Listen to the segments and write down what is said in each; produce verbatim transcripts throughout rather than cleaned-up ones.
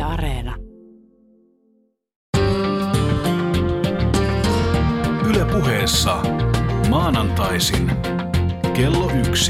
Areena. Yle Puheessa maanantaisin kello yksi.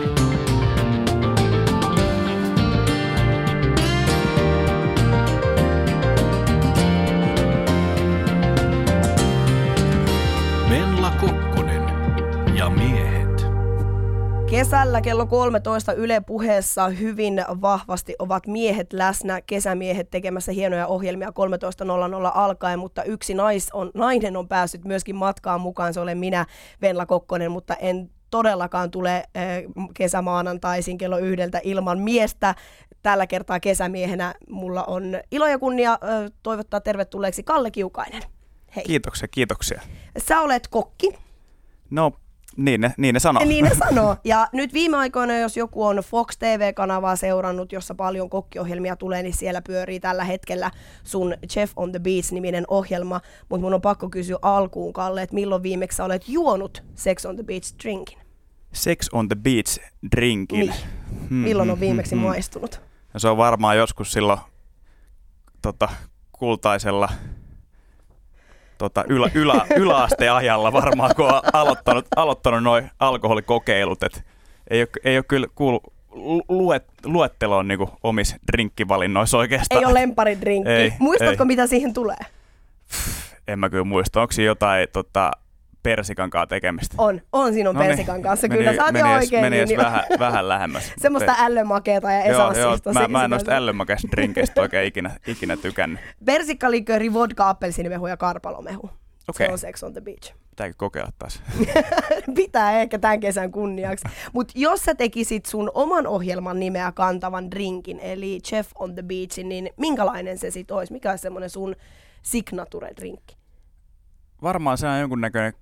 Venla Kokkonen ja miehet. Kesällä kello kolmetoista Yle Puheessa hyvin vahvasti ovat miehet läsnä, kesämiehet tekemässä hienoja ohjelmia kolmetoista nolla nolla alkaen, mutta yksi nais on, nainen on päässyt myöskin matkaan mukaan, se olen minä, Venla Kokkonen, mutta en todellakaan tule äh, kesämaanantaisin kello yhdeltä ilman miestä. Tällä kertaa kesämiehenä mulla on ilo ja kunnia äh, toivottaa tervetulleeksi Kalle Kiukainen. Hei. Kiitoksia, kiitoksia. Sä olet kokki. No, niin ne, niin ne sanoo. Niin ne sanoo. Ja nyt viime aikoina, jos joku on Fox T V-kanavaa seurannut, jossa paljon kokkiohjelmia tulee, niin siellä pyörii tällä hetkellä sun Chef on the Beach-niminen ohjelma. Mutta mun on pakko kysyä alkuun, Kalle, että milloin viimeksi sä olet juonut Sex on the Beach-drinkin? Sex on the Beach-drinkin? Niin. Hmm, milloin on hmm, viimeksi hmm, maistunut? No se on varmaan joskus silloin tota, kultaisella tota, ylä, ylä, yläasteajalla varmaan, kun on aloittanut, aloittanut noin alkoholikokeilut. Et ei, ole, ei ole kyllä kuullut luet, luetteloon niin omissa drinkkivalinnoissa oikeastaan. Ei ole lemparidrinkki. Ei, Muistatko, ei. mitä siihen tulee? En mä kyllä muista. Onko siinä jotain tota, persikankaa tekemistä? On, on siinä on no niin, persikan kanssa. Meni, Kyllä sä oot meni jo edes, oikein. meni edes niin, vähän, vähän lähemmäs. Semmoista ällömakeeta ja Joo, esanssista. joo, mä, mä en noista ällömakeista drinkeistä oikein ikinä, ikinä tykännyt. Persikkalikööri, vodka, appelsiinimehu ja karpalomehu. Okei. Se on Sex on the Beach. Pitääkö kokeilla taas? Pitää ehkä tämän kesän kunniaksi. Mutta jos sä tekisit sun oman ohjelman nimeä kantavan drinkin, eli Chef on the Beachin, niin minkälainen se sit olisi? Mikä olisi semmoinen sun signature-drinkki? Varmaan se on jonkunnäköinen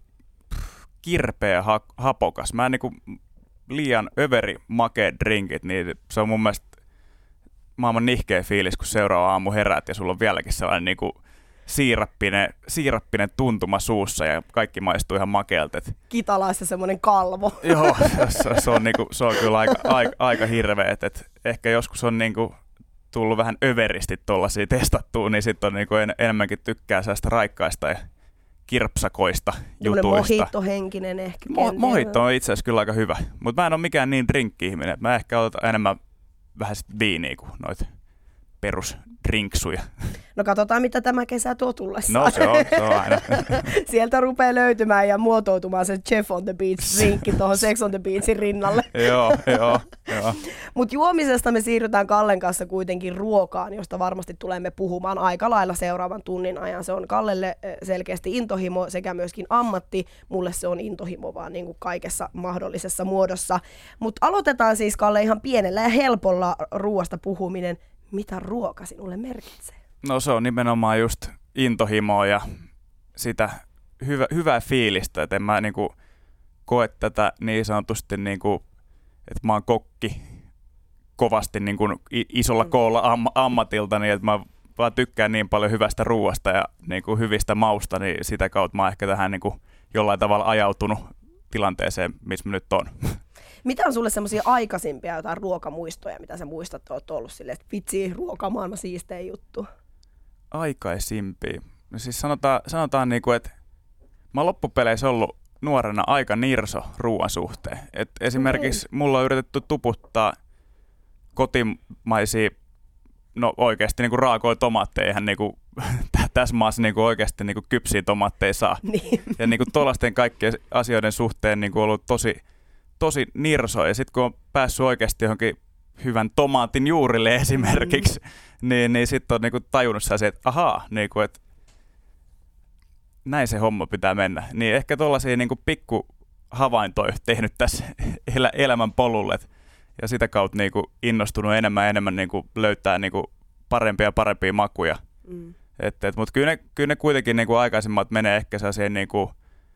kirpeä ha- hapokas. Mä en niinku liian överi makea drinkit, niin se on mun mielestä maailman nihkeä fiilis, kun seuraava aamu heräät ja sulla on vieläkin sellainen niinku siirappinen, siirappinen tuntuma suussa ja kaikki maistuu ihan makealta. Kitalaissa semmoinen kalvo. Joo, se, se, on niinku, se on kyllä aika, aika, aika hirveä. Et, et ehkä joskus on niinku tullut vähän överisti tuollaisia testattua, niin sitten on niinku en, enemmänkin tykkää sellaista raikkaista ja kirpsakoista jutuista. Mojito-henkinen ehkä. Mo- mojito on itse asiassa kyllä aika hyvä, mutta mä en ole mikään niin drinkki-ihminen. Mä ehkä otan enemmän vähän sit viiniä kuin noita perusdrinksuja. No katsotaan, mitä tämä kesä tuo tullessaan. No se on, se on aina. Sieltä rupeaa löytymään ja muotoutumaan se Chef on the Beach-drinkki tuohon Sex on the Beachin rinnalle. Joo, joo, joo. Mutta juomisesta me siirrytään Kallen kanssa kuitenkin ruokaan, josta varmasti tulemme puhumaan aika lailla seuraavan tunnin ajan. Se on Kallelle selkeästi intohimo sekä myöskin ammatti. Mulle se on intohimo vaan niin kuin kaikessa mahdollisessa muodossa. Mutta aloitetaan siis, Kalle, ihan pienellä ja helpolla ruoasta puhuminen. Mitä ruoka sinulle merkitsee? No se on nimenomaan just intohimoa ja sitä hyvä, hyvää fiilistä, että en mä niinku koe tätä niin sanotusti, niinku, että mä oon kokki kovasti niinku isolla koolla am, ammatilta, niin että mä vaan tykkään niin paljon hyvästä ruoasta ja niinku hyvistä mausta, niin sitä kautta mä oon ehkä tähän niinku jollain tavalla ajautunut tilanteeseen, missä mä nyt on. Mitä on sulle semmoisia aikaisempia jotain ruokamuistoja, mitä sä muistat, että oot ollut silleen, että vitsi, ruoka on maailman siistein juttu? Aikaisimpia? No siis sanotaan, sanotaan niinku, että mä oon loppupeleissä ollut nuorena aika nirso ruoan suhteen. Et esimerkiksi okay. Mulla on yritetty tuputtaa kotimaisia, no oikeasti niinku raakoja tomaatteja, eihän niinku, tässä maassa niinku oikeasti niinku kypsiä tomaatteja saa. Niin. Ja niinku tuollaisten kaikkien asioiden suhteen niinku ollut tosi, tosi nirso. Ja sitten kun on päässyt oikeasti johonkin hyvän tomaatin juurille esimerkiksi, mm. niin, niin sitten on niinku tajunnut se, että ahaa, niinku, että näin se homma pitää mennä. Niin ehkä tuollaisia niinku pikku havaintoja tehnyt tässä elä, elämän polulle. Ja sitä kautta niinku innostunut enemmän ja enemmän niinku löytää niinku parempia ja parempia makuja. Mm. Mutta kyllä ne, kyllä ne kuitenkin niinku aikaisemmat menee ehkä sellaiseen niinku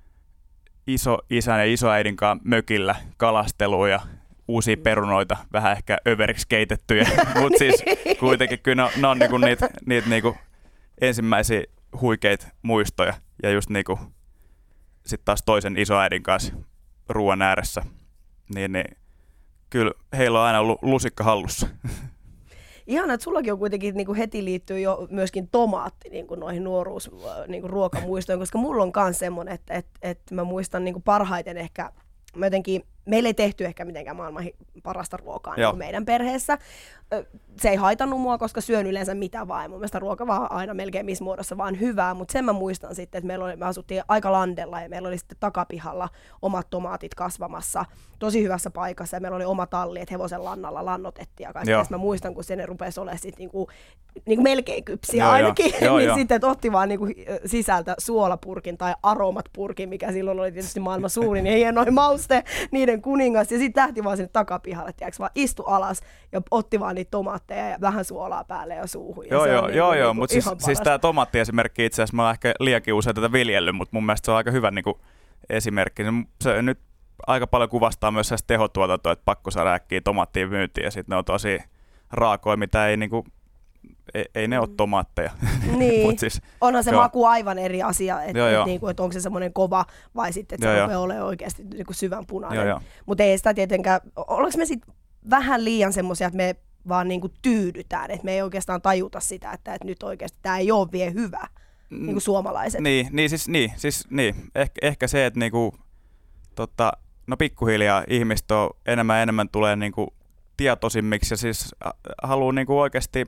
iso isän ja isoäidin kanssa mökillä kalasteluun ja uusia perunoita, vähän ehkä överiksi keitettyjä, mutta siis kuitenkin kyllä ne, ne on niinku niitä niit niinku ensimmäisiä huikeita muistoja ja just niinku sitten taas toisen isoäidin kanssa ruoan ääressä, niin, niin kyllä heillä on aina ollut lusikka hallussa. ihana, että sullakin on kuitenkin niin kuin heti liittyy jo myöskin tomaatti niin kuin noihin nuoruus niin kuin ruokamuistoihin, koska mulla on myös semmoinen, että, että, että mä muistan niin kuin parhaiten ehkä, mä jotenkin, meillä ei tehty ehkä mitenkään maailman parasta ruokaa niin kuin meidän perheessä. Se ei haitannut mua, koska syön yleensä mitä vaan. Mun mielestä ruoka vaan aina melkein missä muodossa vaan hyvää, mutta sen mä muistan sitten, että meillä oli, me asuttiin aika landella ja meillä oli sitten takapihalla omat tomaatit kasvamassa tosi hyvässä paikassa ja meillä oli oma talli, että hevosen lannalla lannotettiin ja kaikkea. Mä muistan, kun sen rupesi olemaan sitten niinku, niinku melkein kypsiä joo, ainakin, joo, niin jo. Sitten että otti vaan niinku sisältä suolapurkin tai aromat-purkin, mikä silloin oli tietysti maailman suurin ja hienoin mauste, niiden kuningas, ja sitten lähti vaan sinne takapihalle, tiiäks, vaan istu alas ja otti vaan niitä tomaatteja ja vähän suolaa päälle ja suuhun. Ja joo, joo, niin joo, niin joo, mutta siis, siis tämä tomaattiesimerkki itse asiassa, mä oon ehkä liiankin usein tätä viljellyt, mutta mun mielestä se on aika hyvä niin kuin esimerkki. Se nyt aika paljon kuvastaa myös sellaista tehotuotantoa, että pakko saada äkkiä tomaattia myyntiin ja sitten ne on tosi raakoja, mitä ei niinku, ei, ei ne ole tomaatteja. Niin, siis, onhan se joo. maku aivan eri asia, että et, niinku, et onko se semmoinen kova vai sitten, että se rupeaa olemaan oikeasti niinku syvän punainen. Mutta ei sitä tietenkään, ollaanko me sitten vähän liian semmoisia, että me vaan niinku tyydytään, että me ei oikeastaan tajuta sitä, että, että nyt oikeasti tämä ei ole vielä hyvä, niin kuin suomalaiset. Niin, niin, siis, niin, siis, niin. Eh, ehkä se, että niinku, tota, no pikkuhiljaa ihmiset on enemmän ja enemmän tulee niinku tietoisimmiksi ja siis haluaa niinku oikeasti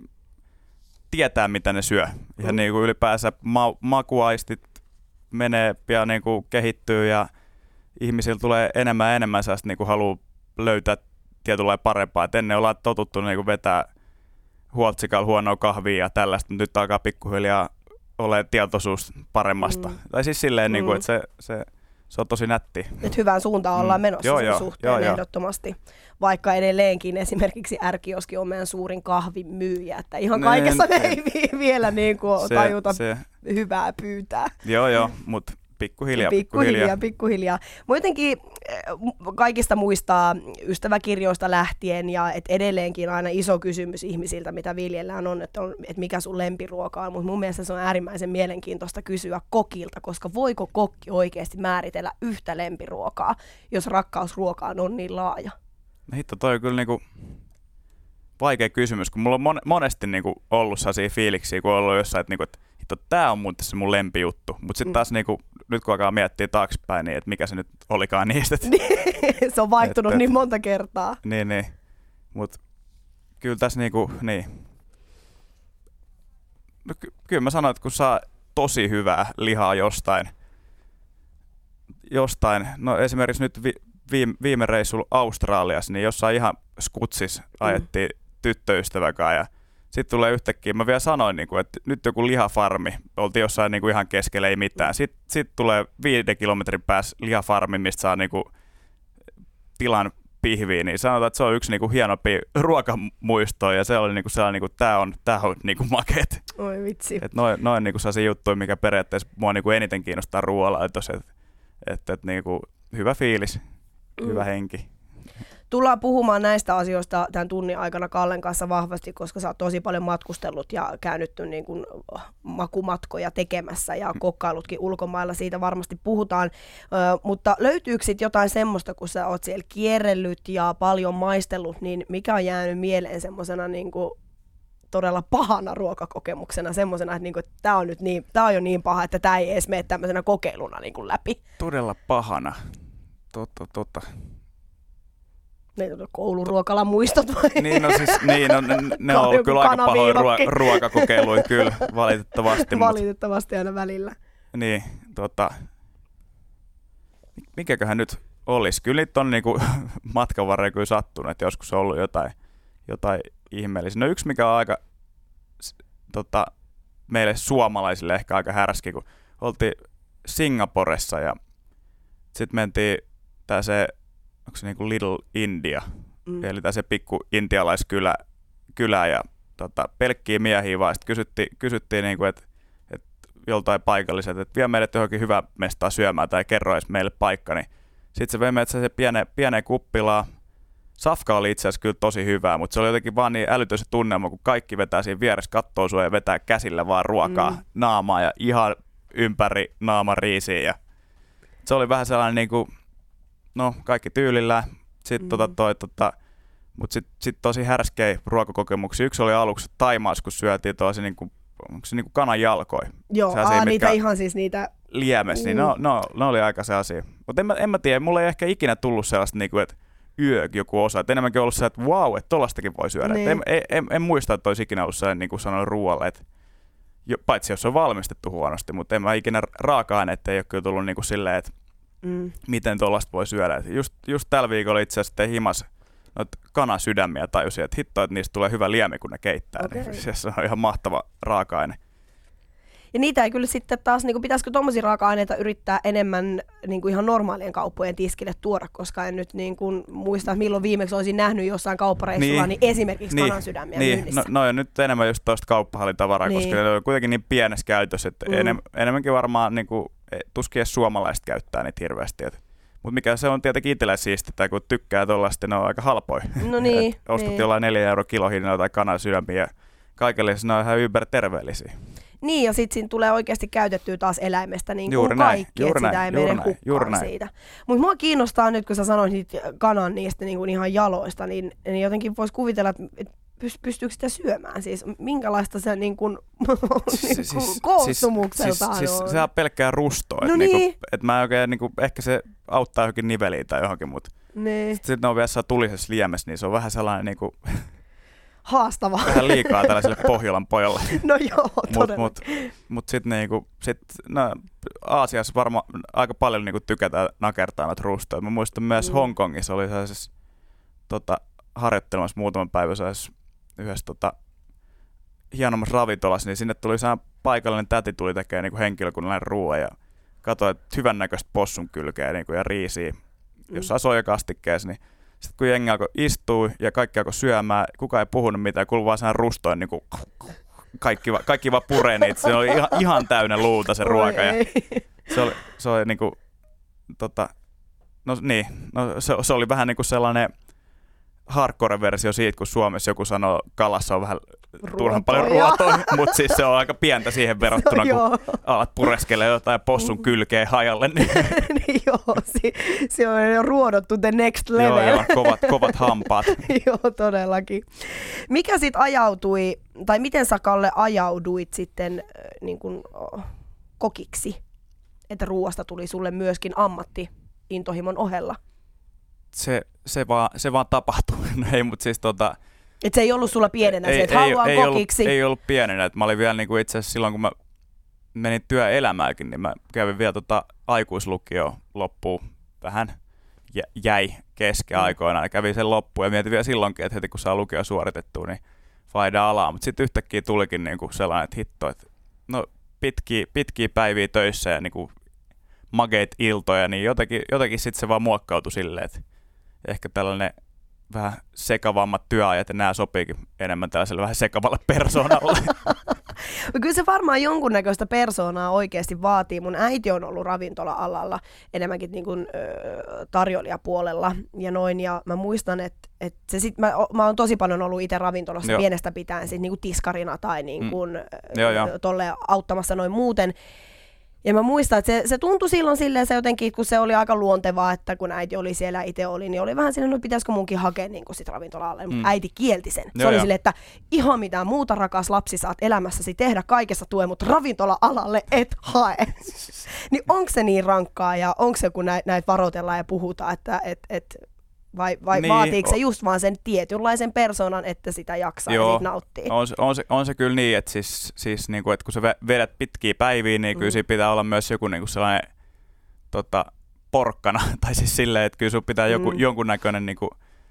tietää, mitä ne syö. Ja mm. niinku ylipäänsä ma- makuaistit menee ja niinku kehittyy ja ihmisillä tulee enemmän ja enemmän sellaista niinku haluaa löytää tietynlainen parempaa. Et ennen ollaan totuttu niinku vetää huoltsikalla huonoa kahvia ja tällaista, mutta nyt alkaa pikkuhiljaa olemaan tietoisuus paremmasta. Mm. Tai siis silleen, mm. niinku, että se, se, se on tosi nätti. Nyt hyvään suuntaan ollaan menossa joo, sen joo, suhteen joo, ehdottomasti. Joo. Vaikka edelleenkin esimerkiksi R-kioski on meidän suurin kahvin myyjä, että ihan kaikessa ne ei vielä niin kuin se, tajuta se. hyvää pyytää. Joo, joo, mutta pikkuhiljaa, pikkuhiljaa. Pikkuhiljaa. Mä jotenkin kaikista muistaa ystäväkirjoista lähtien ja et edelleenkin aina iso kysymys ihmisiltä, mitä viljellään on, että, on, että mikä sun lempiruoka on, mutta mun mielestä se on äärimmäisen mielenkiintoista kysyä kokilta, koska voiko kokki oikeasti määritellä yhtä lempiruokaa, jos rakkaus ruokaan on niin laaja? No hitto, toi on kyllä niinku vaikea kysymys, kun mulla on mon- monesti niinku ollut sellaisia fiiliksiä, kun on ollut jossain, että, niinku, että hitto, tää on muuten se mun lempijuttu, mutta sitten taas niinku, nyt kun alkaa miettiä taaksepäin, niin että mikä se nyt olikaan niistä. Se on vaihtunut et, niin monta kertaa. Niin, niin. Mutta kyllä tässä niinku, niin. No, ky- kyllä mä sanoin, että kun saa tosi hyvää lihaa jostain, jostain, no esimerkiksi nyt vi- viime, viime reissulla Australiassa, niin jossain ihan skutsis ajettiin mm. tyttöystävän kanssa ja sitten tulee yhtäkkiä, mä vielä sanoin, että nyt joku lihafarmi, oltiin jossain ihan keskellä, ei mitään. Sitten sit tulee viiden kilometrin päässä lihafarmi, mistä saa niinku tilan pihviin, niin sanotaan, että se on yksi niinku hienompia ruokamuistoja ja se oli niinku sellainen, niinku, tää on, tää on niinku makeet. Oi vitsi. Et noin noin niinku sellaisia juttuja, mikä periaatteessa mua niinku eniten kiinnostaa ruoanlaitossa, että et, et, niinku, hyvä fiilis, mm. hyvä henki. Tullaan puhumaan näistä asioista tämän tunnin aikana Kallen kanssa vahvasti, koska sä oot tosi paljon matkustellut ja käynyt niin kuin makumatkoja tekemässä ja kokkailutkin ulkomailla, siitä varmasti puhutaan. Ö, mutta löytyykö sit jotain semmoista, kun sä oot siellä kierrellyt ja paljon maistellut, niin mikä on jäänyt mieleen semmosena niin kuin todella pahana ruokakokemuksena, semmosena, että, niin kuin, että tää on nyt niin, tää on jo niin paha, että tää ei edes mene tämmöisenä kokeiluna niin kuin läpi? Todella pahana. Totta, totta. Ne on kouluruokalan muistot vai? Niin, no siis, niin, no, ne, ne on ollut kyllä aika pahoja ruo- ruokakokeiluja, kyllä, valitettavasti. Valitettavasti aina välillä. Niin, tota, mikäköhän nyt olisi? Kyllä niitä on niinku matkan varrella kyllä sattunut, että joskus on ollut jotain, jotain ihmeellistä. No yksi, mikä on aika tota, meille suomalaisille ehkä aika härski, kun oltiin Singaporessa ja sitten mentiin tää se, onko se niinku Little India, mm. eli se pikku intialaiskylä kylä ja tota, pelkkiä miehiä vaan. Sitten kysyttiin, kysyttiin niinku, että et joltain paikalliset, että vie meidät johonkin hyvää mestaa syömään tai kerro edes meille paikka. Niin sitten se vei meidät se pieneen, pieneen kuppilaan. Safka oli itse asiassa kyllä tosi hyvää, mutta se oli jotenkin vaan niin älytön se tunnelma, kun kaikki vetää siinä vieressä kattoo sua ja vetää käsillä vaan ruokaa mm. naamaa ja ihan ympäri naama riisiä. Ja se oli vähän sellainen niinku, no kaikki tyylillä. Sitten mm. tota, toi, tota, Mutta sitten sit tosi härskejä ruokakokemuksia. Yksi oli aluksi Thaimaassa, kun syötiin tosi niinku, onko se niinku kanan jalkoja. Joo, aa, niitä ihan siis niitä... Liemes, mm. niin no, no, no oli aika se asia. Mutta en, en mä tiedä, mulla ei ehkä ikinä tullut sellaista, niinku, että yö joku osa. Et enemmänkin ollut se, että vau, että tollastakin voi syödä. Niin. En, en, en, en muista, että olisi ikinä ollut sellainen, niin kuin sanoin ruoalle, että jo, paitsi jos on valmistettu huonosti, mutta en mä ikinä raaka-aineet ei ole kyllä tullut niin kuin silleen, että mm. miten tollasta voi syödä. Et just, just tällä viikolla itse asiassa himas noita kanasydämiä tajusin, että hitto, että niistä tulee hyvä liemi, kun ne keittää. Okay. Niin se on ihan mahtava raaka-aine. Ja niitä ei kyllä sitten taas, niin kuin, pitäisikö tuommoisia raaka-aineita yrittää enemmän niin kuin ihan normaalien kauppojen tiskille tuoda, koska en nyt niin kuin, muista, että milloin viimeksi olisin nähnyt jossain kauppareissulla, niin, niin esimerkiksi niin, kanansydämiä niin, myynnissä. No, no ja nyt enemmän just tuosta kauppahallitavaraa, niin. Koska ne on kuitenkin niin pienessä käytössä, että mm. enem, enemmänkin varmaan niin kuin, tuskin edes suomalaiset käyttää niitä hirveästi. Mutta mikä se on tietenkin itsellä siistitä, kun tykkää tuollaista, ne on aika halpoja. No niin. Ostat niin. jollain neljä euroa kilohinnalla tai kanansydämiä ja kaikille ne on ihan yberterveellisiä. Niin, ja sitten siinä tulee oikeasti käytettyä taas eläimestä niin kuin kaikki, että sitä ei mene hukkaan siitä. Mutta mua kiinnostaa nyt, kun sä sanoit niitä kanan niistä niin kuin ihan jaloista, niin, niin jotenkin voisi kuvitella, että pystyykö sitä syömään? Siis minkälaista se niin kuin, niin kuin koostumukseltaan siis, siis, on? Siis se on pelkkää rustoa. No että niin. niinku, et mä oikein, niinku, ehkä se auttaa johonkin niveliin tai johonkin, mutta niin. sitten sit ne on vielä tulisessa liemessä, niin se on vähän sellainen... Niinku, haastavaa. Vähän liikaa tällaiselle Pohjolan pojalle. No joo, todella. Mutta mut, mut sitten niinku, sit, no, Aasiassa varmaan aika paljon niinku tykätään nakertaa noita rustoja. Mä muistan myös mm. Hongkongissa oli sellaisessa tota, harjoittelemassa muutaman päivän yhdessä tota, hienommassa ravintolassa, niin sinne tuli sehän paikallinen täti tuli tekemään niinku henkilökunnalle ruoan ja katsoi, että hyvännäköistä possun kylkeä niinku, ja riisiä mm. jossain soijakastikkeessa, niin sitten kun jengi alkoi istua ja kaikki alkoi syömään, kukaan ei puhunut mitään, kuului vaan sehän rustoin, niin kuin kaikki, va, kaikki vaan puree niitä. Se oli ihan, ihan täynnä luuta se ruoka. Ja se oli, se oli niin kuin, tota, no niin, no se, se oli vähän niin kuin sellainen hardcore-versio siitä, kun Suomessa joku sanoo, kalassa on vähän turhan paljon ruotoa, mutta siis se on aika pientä siihen verrattuna, no, kun alat pureskelee jotain possun kylkeä hajalle. Niin, niin joo, se, se on jo ruodottu the next level. Joo, joo, kovat, kovat hampaat. Joo, todellakin. Mikä sitten ajautui, tai miten sä, Kalle, ajauduit sitten äh, niin kun, oh, kokiksi, että ruoasta tuli sulle myöskin ammatti-intohimon ohella? Se, se, vaan, se vaan tapahtui. No ei, mutta siis tota... Että se ei ollut sulla pienenä ei, se, että haluan ei kokiksi. Ollut, ei ollut pienenä. Että mä olin vielä niinku itse asiassa silloin, kun mä menin työelämäänkin, niin mä kävin vielä tota aikuislukio loppuun vähän. Jäi kesken mm. aikoinaan. Kävin sen loppuun ja mietin vielä silloinkin, että heti kun saa lukio suoritettua, niin vaihdaa alaa. Mutta sitten yhtäkkiä tulikin niinku sellainen, että hitto, että no pitkiä, pitkiä päiviä töissä ja niinku mageit iltoja, niin jotenkin, jotenkin sitten se vaan muokkautui silleen, että ehkä tällainen vähän sekavammat työajat ja nämä sopiikin enemmän tällaiselle vähän sekavalle persoonalle. Kyllä se varmaan jonkunnäköistä persoonaa oikeasti vaatii. Mun äiti on ollut ravintola-alalla enemmänkin niin kuin, ö, tarjoilijapuolella ja noin. Ja mä muistan, että, että se sit, mä, mä oon tosi paljon ollut itse ravintolassa joo. pienestä pitäen sit, niin kuin tiskarina tai niin kuin, mm. joo, joo. tolle auttamassa noin muuten. Ja mä muistan, että se, se tuntui silloin silleen se jotenkin, kun se oli aika luontevaa, että kun äiti oli siellä ja itse oli, niin oli vähän silleen, että pitäisikö munkin hakea niin sit ravintola-alle. Mutta mm. äiti kielti sen. Se joo, oli jo. silleen, että ihan mitään muuta rakas lapsi saat elämässäsi tehdä, kaikessa tue, mutta ravintola-alalle et hae. Niin onko se niin rankkaa ja onko se, kun näitä näit varoitellaan ja puhutaan, että et, et, vai, vai niin, vaatiiko se just vaan sen tietynlaisen persoonan, että sitä jaksaa joo, ja siitä nauttii? On se, on, se, on se kyllä niin, että, siis, siis, niin kuin, että kun sä vedät pitkiä päiviä, niin kyllä mm. siinä pitää olla myös joku niin kuin sellainen tota, porkkana. Tai siis silleen, että kyllä sun pitää joku, mm. jonkunnäköinen niin kuin,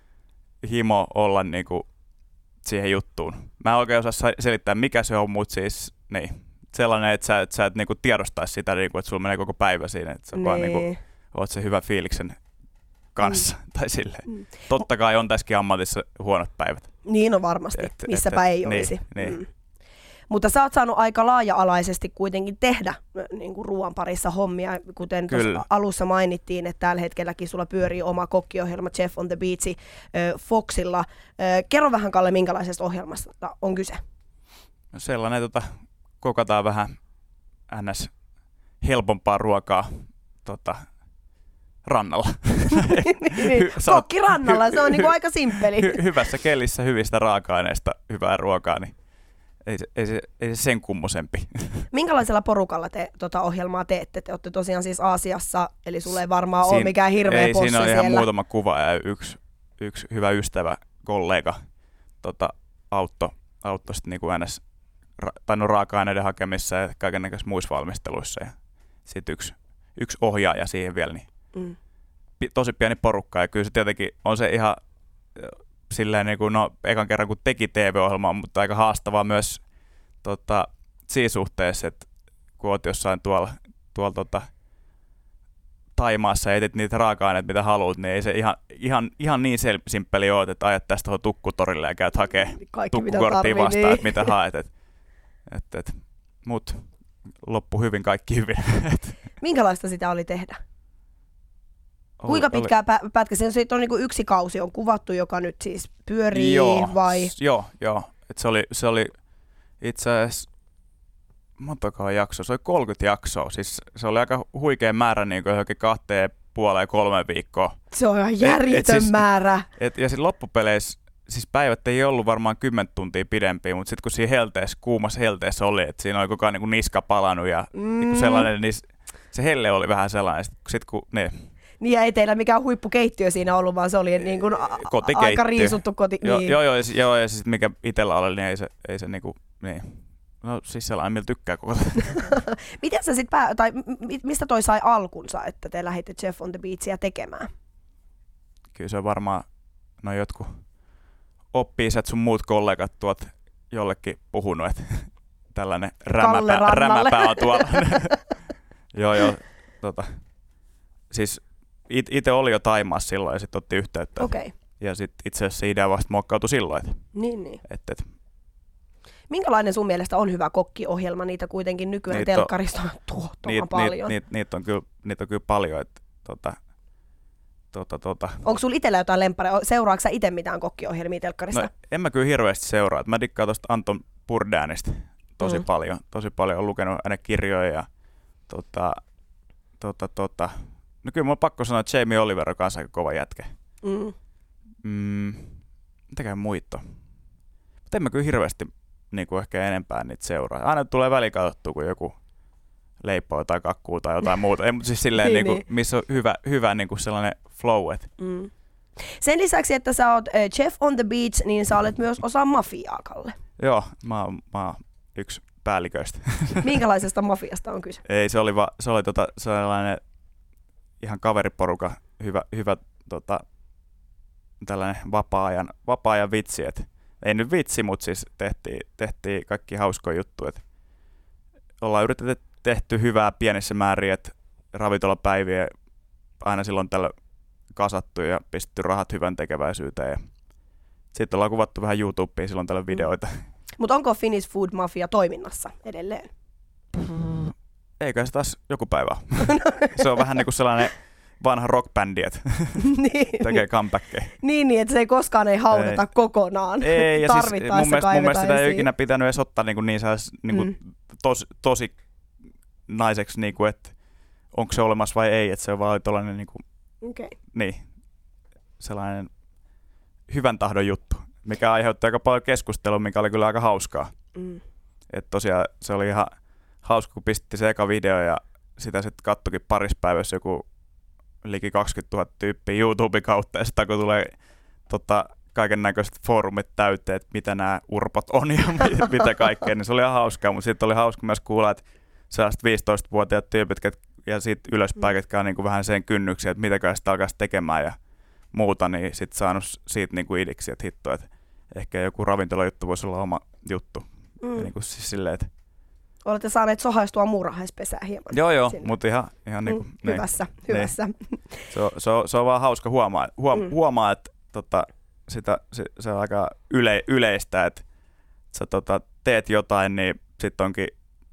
himo olla niin kuin, siihen juttuun. Mä en oikein osaa selittää, mikä se on, mutta siis niin, sellainen, että sä, että sä et niin kuin, tiedostaisi sitä, niin kuin, että sulla menee koko päivä siinä. Että sä niin. vaan niin kuin, oot se hyvä fiiliksen kanssa, mm. tai silleen. Mm. Totta kai on tässäkin ammatissa huonot päivät. Niin on varmasti, et, missäpä et, ei niin, olisi. Niin. Mm. Mutta sä oot saanut aika laaja-alaisesti kuitenkin tehdä niin kuin ruoan parissa hommia, kuten tuossa alussa mainittiin, että tällä hetkelläkin sulla pyörii oma kokkiohjelma Chef on the Beach äh, Foxilla. Äh, kerro vähän, Kalle, minkälaisesta ohjelmasta on kyse? No sellainen, tota, kokataan vähän ns. Helpompaa ruokaa, tota, rannalla. niin, kokki rannalla, se on niinku aika simppeli. Hy- hyvässä kelissä, hyvistä raaka-aineista, hyvää ruokaa, niin ei se, ei se, ei se sen kummosempi. Minkälaisella porukalla te tota ohjelmaa teette? Te olette tosiaan siis Aasiassa, eli sulle ei varmaan Siin, ole mikään hirveä ei, possi siinä on siellä. ihan muutama kuva ja yksi, yksi hyvä ystävä, kollega tota, auttoi auttoi sitten niinku ns. Ra- no, raaka-aineiden hakemissa ja kaikennäköisissä muissa valmisteluissa. Ja sitten yksi, yksi ohjaaja siihen vielä, niin mm. pi- tosi pieni porukka. Ja kyllä se tietenkin on se ihan silleen, niin kuin, no ekan kerran kun teki T V-ohjelmaa, mutta aika haastavaa myös tota, siinä suhteessa, että kun oot jossain tuolla, tuolla tota, Taimaassa ja etit niitä raaka-aineita, mitä haluat, niin ei se ihan, ihan, ihan niin sel- simppeli ole, että ajat tästä tuohon tukkutorille ja käyt hakemaan tukkukorttia vastaan, niin. Että mitä haet. Et, et, et. Mut loppu hyvin, kaikki hyvin. Minkälaista sitä oli tehdä? Oli, Kuinka pitkää oli... pätkä? Se on niin kuin yksi kausi on kuvattu, joka nyt siis pyörii joo, vai? Joo, joo. Et se, oli, se oli itse asiassa montakaan jaksoa, se oli kolmekymmentä jaksoa. Siis se oli aika huikea määrä niin kuin johonkin kahteen puoleen kolme viikkoa. Se on ihan järjetön et, et siis, määrä. Et, ja sitten loppupeleissä, siis päivät ei ollut varmaan kymmentä tuntia pidempiä, mutta sitten kun siinä helteessä, kuumassa helteessä oli, että siinä oli koko ajan niin kuin niska palannut ja mm. niin kuin sellainen, niin se helle oli vähän sellainen. Sitten sit kun ne... Niin ei teillä mikään huippukeittiö siinä ollut, vaan se oli niin kuin a- aika riisuttu koti. Joo, niin. joo, joo, ja, joo, ja sitten mikä itsellä oli, niin ei se, ei se niinku, niin. No siis sellainen, millä tykkää koko ajan. Miten sä sit pää- tai mistä toi sai alkunsa, että te lähditte Chef on the Beachia tekemään? Kyllä se on varmaan, no jotkut oppi-isät sun muut kollegat tuot jollekin puhunut, että tällainen rämäpää, rämäpää on tuolla. joo, joo, tota, siis it, itse oli jo Taimaassa silloin ja sitten otti yhteyttä. Okay. Ja sitten itse asiassa se idea vasta muokkautui silloin. Että, niin, niin. Et, et. Minkälainen sun mielestä on hyvä kokkiohjelma? Niitä kuitenkin nykyään niitä telkkarista on tuottoman niit, paljon. Niitä niit, niit on, niit on kyllä paljon. Että, tota, tota, tota. Onko sulla itsellä jotain lemppareja? Seuraatko sä itse mitään kokkiohjelmia telkkarista? No, en mä kyllä hirveästi seuraa. Mä dikkaan tuosta Anton Bourdainista tosi mm. paljon. Tosi paljon olen lukenut hänen kirjoja. Ja, tota, tota, tota. No kyllä mun on pakko sanoa, että Jamie Oliver on kanssa aika kova jätkä. Mm. Mm, mitäkään muita. Mutta en mä kyllä hirveästi niin kuin ehkä enempää niitä seuraa. Aina tulee väliin katsottua, kun joku leipoo tai kakkuu tai jotain muuta. Ei, mutta siis silleen, niin, niin kuin, missä on hyvä, hyvä niin kuin sellainen flow. Et. Mm. Sen lisäksi, että sä oot äh, Chef on the Beach, niin sä olet myös osa mafiaa, Kalle. Joo, mä oon, mä oon yksi päälliköistä. Minkälaisesta mafiasta on kyse? Ei, se oli, va, se oli tota, sellainen ihan kaveriporuka, hyvä, hyvä tota, tällainen vapaa-ajan, vapaa-ajan vitsi. Et, ei nyt vitsi, mutta siis tehtiin, tehtiin kaikki hauskoja juttuja. Et ollaan yritetty tehty hyvää pienissä määrin, että ravintolapäiviä aina silloin tällä kasattu ja pistetty rahat hyvän tekeväisyyteen. Sitten ollaan kuvattu vähän YouTubeen silloin tällä videoita. Mm. Mutta onko Finnish Food Mafia toiminnassa edelleen? Eikä se taas joku päivä. Se on vähän niin kuin sellainen vanha rockbändi, että niin, tekee comebackeja. Niin, niin, että se ei koskaan ei haudata ei. kokonaan. Ei, ja siis mun mielestä, mun mielestä sitä ei ikinä pitänyt edes ottaa niin, niin, niin kuin mm. tos, tosi naiseksi, niin kuin, että onko se olemassa vai ei, että se on vaan tollainen niin kuin, okay. niin, sellainen hyvän tahdon juttu, mikä aiheutti aika paljon keskustelua, mikä oli kyllä aika hauskaa. Mm. Että tosiaan se oli ihan hauska, kun pistettiin se eka video ja sitä sitten kattokin parissa päivässä joku liki kaksikymmentätuhatta tyyppiä YouTuben kautta ja sitä kun tulee tota, kaiken näköiset foorumit täyteen, että mitä nämä urpot on ja mitä kaikkea, niin se oli ihan hauskaa, mutta sitten oli hauska myös kuulla, että sellaiset viisitoistavuotiaat tyypit ja sitten ylöspäin, ketkä on niinku vähän sen kynnyksiä, että mitäkään sitä alkaisi tekemään ja muuta, niin sitten saanut siitä niinku idiksi, että hitto, että ehkä joku ravintolajuttu voisi olla oma juttu. Mm. Niinku siis silleen, että olette saaneet sohaistua muurahaispesää hieman. Joo, joo, mutta ihan, ihan niin kuin, mm, hyvässä, niin. hyvässä. Se on, se, on, se on vaan hauska huomaa, huom, mm. huomaa että tota, sitä, se, se on aika yle, yleistä, että sä tota, teet jotain, niin sitten onkin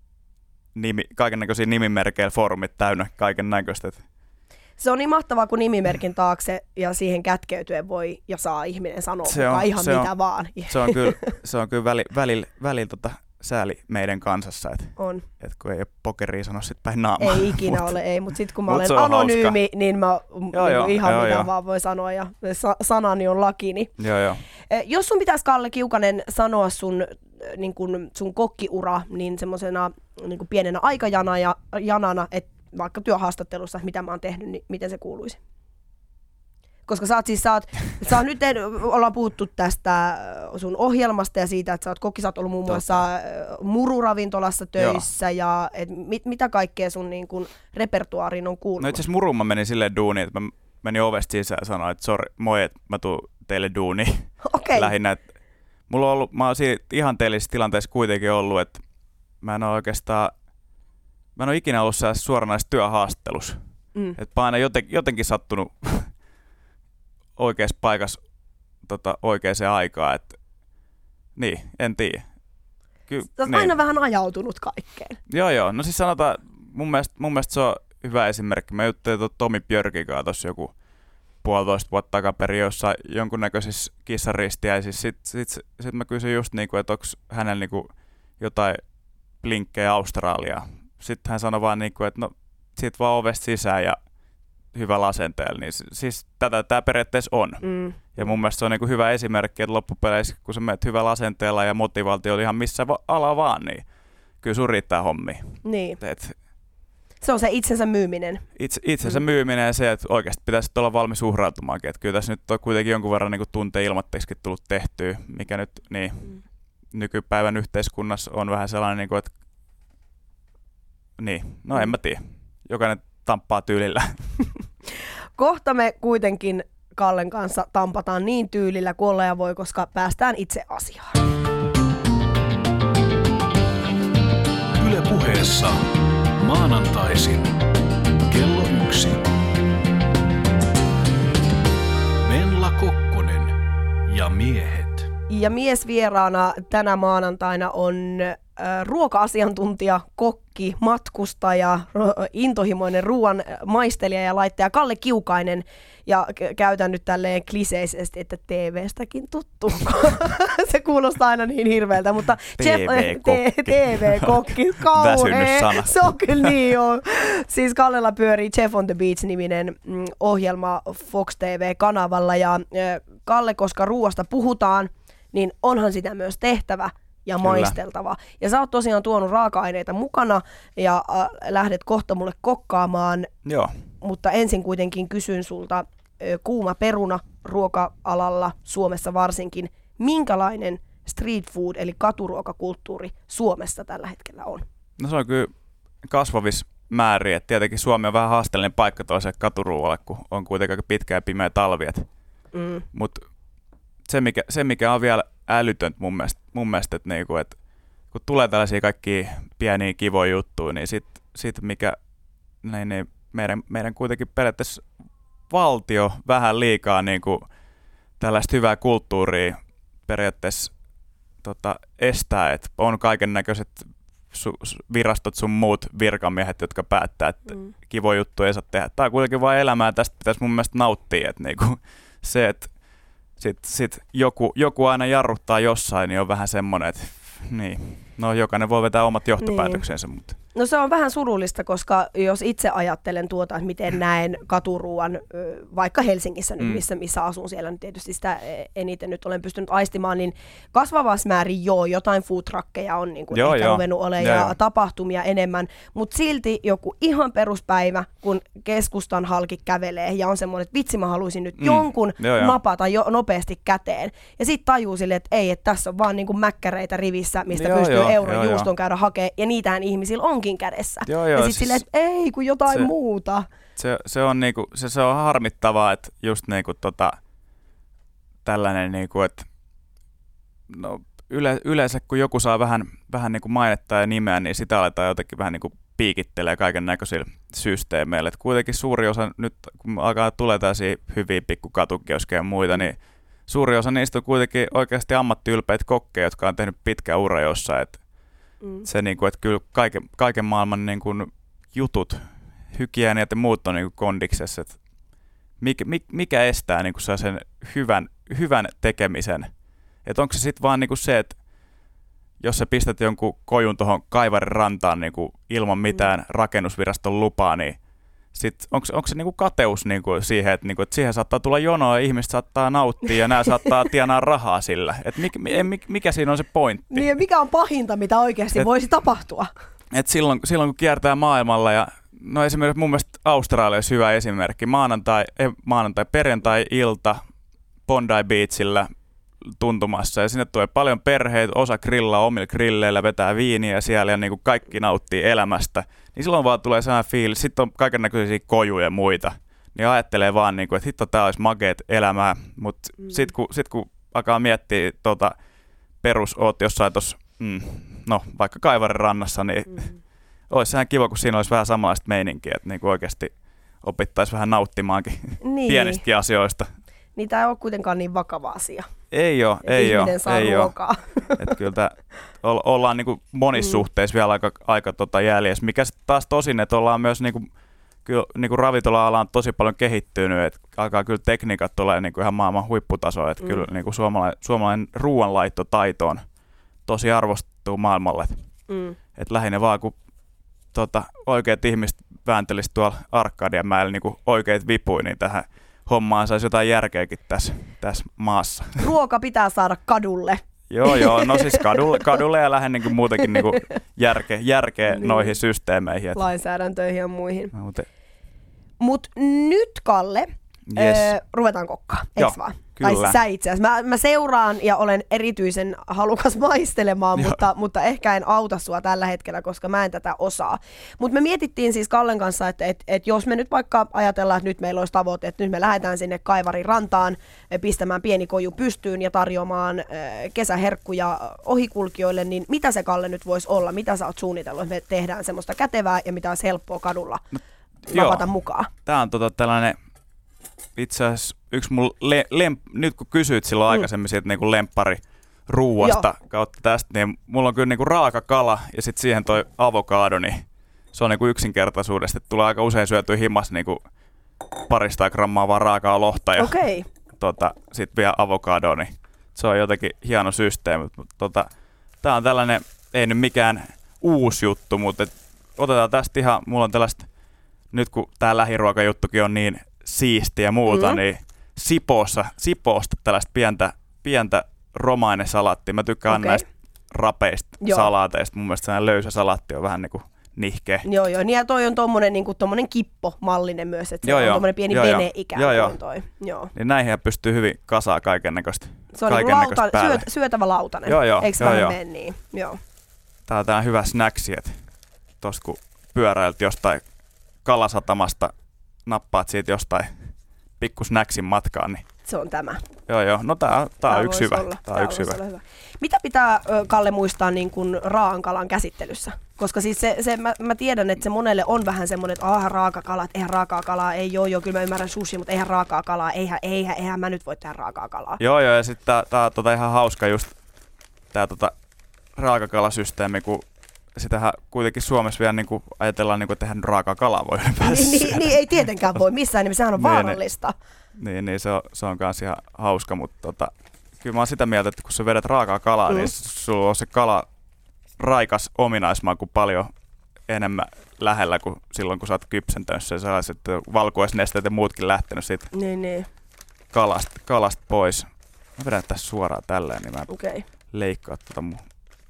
nimi, kaikennäköisiä nimimerkeillä foorumit täynnä kaikennäköistä. Se on niin mahtavaa, kun nimimerkin taakse ja siihen kätkeytyen voi ja saa ihminen sanoa se on, ihan se mitä on, vaan. Se on kyllä, se on kyllä välillä väli, väli, tota, sääli meidän kansassa, että on. Et kun ei ole pokeria sano sit päin naamaa. Ei ikinä ole, ei, mutta sitten kun mä Mut olen anonyymi, hauska. niin mä Joo, niin joo, ihan joo, mitä joo. vaan voi sanoa ja sa- sanani on lakini. Joo, joo. Eh, Jos sun pitäisi, Kalle Kiukanen, sanoa sun, eh, niin kun, sun kokkiura niin semmosena niin kun pienenä aikajanana, ja, janana, että vaikka työhaastattelussa, mitä mä oon tehnyt, niin miten se kuuluisi? Koska sä oot siis, sä oot, sä oot nyt, ollaan puhuttu tästä sun ohjelmasta ja siitä, että sä oot kokki, sä oot ollut muun muassa Mururavintolassa töissä. Joo. Ja et mit, mitä kaikkea sun niin kun repertuaariin on kuulunut? No itse asiassa Muruun mä menin silleen duuniin, että mä menin ovesta sisään ja sanoin, että sori, moi, että mä tuun teille duuniin. Okay. Lähinnä, että mulla on ollut, mä oon siinä ihanteellisessa tilanteessa kuitenkin ollut, että mä en ole oikeastaan, mä en ole ikinä ollut sellaisessa suoranaisessa työhaastattelussa. Mm. Että mä oon aina joten, jotenkin sattunut oikeassa paikassa tota, oikeaan aikaan, että niin, en tiedä. Ky- Sä oot niin. aina vähän ajautunut kaikkeen. Joo, joo. No siis sanotaan, mun mielestä, mun mielestä se on hyvä esimerkki. Mä juttelin tuon Tomi Björkin kanssa tuossa joku puolitoista vuotta takaperin jossain jonkunnäköisissä kissaristiäisissä. Sitten sit, sit, sit mä kysyin just, niinku, että onko hänellä niinku jotain blinkkejä Australiaa. Sitten hän sanoi vaan, niinku, että no sit vaan ovesta sisään ja hyvällä asenteella. Niin siis tätä tämä periaatteessa on. Mm. Ja mun mielestä se on niinku hyvä esimerkki, että loppupeleissä, kun sä menet hyvällä asenteella ja motivaatio oli ihan missä va- ala vaan, niin kyllä sun riittää hommia. Niin. Et se on se itsensä myyminen. Itse, itsensä mm. myyminen ja se, että oikeasti pitäisi olla valmis uhrautumaankin. Että kyllä tässä nyt on kuitenkin jonkun verran niin tunteen ilmatteeksikin tullut tehtyä, mikä nyt niin, mm. nykypäivän yhteiskunnassa on vähän sellainen, niin kuin, että niin, no en mä tiedä. Jokainen tamppaa tyylillä. Kohta me kuitenkin Kallen kanssa tampataan niin tyylillä kuin olla ja voi, koska päästään itse asiaan. Yle Puheessa maanantaisin kello yksi. Venla Kokkonen ja miehet. Ja miesvieraana tänä maanantaina on äh, ruoka-asiantuntija, kokki, matkustaja, ro- intohimoinen ruoan maistelija ja laittaja Kalle Kiukainen. Ja k- käytän nyt tälleen kliseisesti, että T V-stäkin tuttu. Se kuulostaa aina niin hirveältä, mutta T V-kokki. T V-kokki, kauhea. Väsynyt sana. Se on kyllä niin joo. Siis Kallella pyörii Chef on the Beach-niminen mm, ohjelma Fox T V-kanavalla. Ja äh, Kalle, koska ruoasta puhutaan, niin onhan sitä myös tehtävä ja Kyllä. maisteltava. Ja sä oot tosiaan tuonut raaka-aineita mukana ja äh, lähdet kohta mulle kokkaamaan. Joo. Mutta ensin kuitenkin kysyn sulta äh, kuuma peruna ruoka-alalla Suomessa varsinkin. Minkälainen street food eli katuruokakulttuuri Suomessa tällä hetkellä on? No se on kyllä kasvavis määrin. Et tietenkin Suomi on vähän haasteellinen paikka toiselle katuruualle, kun on kuitenkin aika pitkä ja pimeä talvi. Mm. Mutta se mikä, se, mikä on vielä älytöntä mun mielestä, mun mielestä että niinku, et, kun tulee tällaisia kaikkia pieniä kivoja juttuja, niin sitten sit mikä niin, niin meidän, meidän kuitenkin periaatteessa valtio vähän liikaa niinku, tällaista hyvää kulttuuria periaatteessa tota, estää, että on kaiken näköiset su- virastot sun muut virkamiehet, jotka päättää, että mm. kivoja juttuja ei saa tehdä. Tämä on kuitenkin vain elämää, tästä pitäisi mun mielestä nauttia, että niinku, se, että Sitten sit joku, joku aina jarruttaa jossain, niin on vähän semmoinen, että niin, no jokainen voi vetää omat johtopäätöksensä. Niin. Mutta. No se on vähän surullista, koska jos itse ajattelen tuota, että miten näen katuruuan, vaikka Helsingissä nyt, missä, missä asun siellä, niin tietysti sitä eniten nyt olen pystynyt aistimaan, niin kasvavassa määrin joo, jotain food truckeja on niin kuin joo, ehkä ruvennut olemaan ja, ja tapahtumia enemmän, mutta silti joku ihan peruspäivä, kun keskustan halki kävelee ja on semmoinen, että vitsi mä haluaisin nyt mm. jonkun joo, napata jo nopeasti käteen. Ja sitten tajuu silleen, että ei, että tässä on vaan niin kuin mäkkäreitä rivissä, mistä joo, pystyy joo, euron joo, juuston joo. käydä hakemaan, ja niitähän ihmisillä onkin kädessä. Joo, joo, ja sitten siis silleen, että ei, kun jotain se, muuta. Se, se, on niinku, se, se on harmittavaa, että just niinku tota, tällainen, niinku, että no, yle, yleensä kun joku saa vähän, vähän niinku mainetta ja nimeä, niin sitä aletaan jotenkin vähän niinku piikittelee kaiken näköisillä systeemeillä. Et kuitenkin suuri osa, nyt kun alkaa tulee tällaisia hyviä pikkukatukioskeja ja muita, niin suuri osa niistä on kuitenkin oikeasti ammattiylpeitä kokkeja, jotka on tehnyt pitkän ura jossain. Et mm. Se, niinku, että kyllä kaiken, kaiken maailman niinku, jutut, hygieniat ja muut on niinku kondiksessa. Et mikä, mikä estää niinku sen hyvän, hyvän tekemisen? Et onko se sitten vaan niinku se, että jos sä pistät jonkun kojun tuohon kaivarin rantaan niin kuin ilman mitään mm. rakennusviraston lupaa, niin sit onko, onko se niinku kateus niinku siihen, että niinku, et siihen saattaa tulla jonoa ja ihmiset saattaa nauttia ja nämä saattaa tienaa rahaa sillä. Et mikä, mikä siinä on se pointti? Niin ja mikä on pahinta, mitä oikeasti et, voisi tapahtua? Et silloin, silloin kun kiertää maailmalla ja no esimerkiksi mun mielestä Australia olisi hyvä esimerkki. Maanantai, eh, maanantai perjantai-ilta Bondi Beachillä tuntumassa ja sinne tulee paljon perheitä, osa grillaa omilla grilleillä, vetää viiniä siellä ja niin kuin kaikki nauttii elämästä. Niin silloin vaan tulee sellainen fiilis, sitten on kaikennäköisiä kojuja ja muita. Niin ajattelee vaan, niin kuin, että hitto, tää olisi makeet elämää. Mutta mm. sitten kun, sit, kun alkaa miettiä tota, perus, oot jossain tuossa, mm, no vaikka Kaivarin rannassa, niin mm. olisi sehän kiva, kun siinä olisi vähän samanlaista meininkiä, että niin kuin oikeasti opittaisi vähän nauttimaankin niin. pienistäkin asioista. Niin tämä ei ole kuitenkaan niin vakava asia. Ei ole, ei ole. Ihminen saa ei ruokaa. Että kyllä tää, ollaan niinku monissa mm. suhteissa vielä aika, aika tota jäljessä. Mikä taas tosin, että ollaan myös niinku, kyllä, niinku ravintola-ala on tosi paljon kehittynyt. Että alkaa kyllä tekniikat tulee niinku ihan maailman huipputasoa. Että mm. kyllä niinku suomalainen, suomalainen ruoanlaittotaito on tosi arvostettu maailmalle. Mm. Että lähinnä vaan kun tota, oikeat ihmiset vääntelisivät tuolla Arkadianmäellä niinku oikeat vipuja, niin tähän hommaan saisi jotain järkeäkin tässä, tässä maassa. Ruoka pitää saada kadulle. Joo, joo. No siis kadulle, kadulle ja lähden niin muutenkin niin järkeä, järkeä niin. noihin systeemeihin. Lainsäädäntöihin ja muihin. No, mutta Mut nyt, Kalle, yes. öö, ruvetaan kokkaan, eikö vaan? Kyllä. Tai sä itse asiassa. Mä, mä seuraan ja olen erityisen halukas maistelemaan, mutta, mutta ehkä en auta sua tällä hetkellä, koska mä en tätä osaa. Mutta me mietittiin siis Kallen kanssa, että et, et jos me nyt vaikka ajatellaan, että nyt meillä olisi tavoite, että nyt me lähdetään sinne Kaivarin rantaan pistämään pieni koju pystyyn ja tarjoamaan äh, kesäherkkuja ohikulkijoille, niin mitä se, Kalle, nyt voisi olla? Mitä sä oot suunnitellut, että me tehdään semmoista kätevää ja mitä olisi helppoa kadulla napata mukaan? Tää on tota tällainen itse asiassa yksi mun le- lem- nyt kun kysyit silloin mm. aikaisemmin siitä niinku lemppari ruuasta kautta tästä, niin mulla on kyllä niinku raaka kala ja sitten siihen toi avokado, niin se on niinku yksinkertaisuudesta, että tulee aika usein syötyä himas niinku parista grammaa vaan raakaa lohta ja okay. tota, sitten vielä avokadoa, niin se on jotenkin hieno systeemi. Mutta tota, tää on tällainen, ei nyt mikään uusi juttu, mutta et otetaan tästä ihan, mulla on tällaista, nyt kun tää lähiruokajuttukin on niin siistiä ja muuta, mm. niin Sipoossa, Sipoosta tällaista pientä, pientä romainesalaattia. Mä tykkään okay. näistä rapeista Joo. salaateista. Mun mielestä sellainen löysä salaatti on vähän niin kuin nihkeä. Joo, joo. Niin ja toi on tommonen, niin kuin, tommonen kippo-mallinen myös, että se joo, on tommonen pieni joo, vene ikään kuin joo, toi. Joo. Niin näihin pystyy hyvin kasaa kaikennäköistä Se on niin lauta, syöt, syötävä lautanen. Joo, joo. Eikö joo, vähän joo. mene niin? Joo. Tää on tää hyvä snacksi, että tossa kun pyöräilt jostain Kalasatamasta, nappaat siitä jostain pikku snacksin matkaan, niin se on tämä. Joo, joo. No tää, tää on yksi hyvä. Tää tää on yksi hyvä. hyvä. Mitä pitää, Kalle, muistaa niin kuin raaan kalan käsittelyssä? Koska siis se, se mä, mä tiedän, että se monelle on vähän semmoinen, että ah, raaka kala, että eihän raakaa kalaa, ei joo, joo, kyllä mä ymmärrän sushi, mutta eihän raakaa kalaa, eihän, eihän, eihän mä nyt voi tehdä raakaa kalaa. Joo, joo, ja sitten tää, tää on tota ihan hauska just tää tota raakakalasysteemi, kun sitähän kuitenkin Suomessa vielä niin kuin ajatellaan, niin kuin, että eihän raakaa kalaa voi päästä niin, niin, niin, ei tietenkään voi missään nimessä, sehän on vaarallista. Niin, niin se on, se on kans ihan hauska, mutta tota, kyllä mä oon sitä mieltä, että kun sä vedät raakaa kalaa, mm. niin sulla on se kala raikas ominaismaku paljon enemmän lähellä kuin silloin, kun sä oot kypsentänyt sen sellaiset valkuaisnesteet ja muutkin lähtenyt siitä niin, niin. kalasta, kalasta pois. Mä vedän tässä suoraan tälleen, niin mä okay. leikkaan tota mun.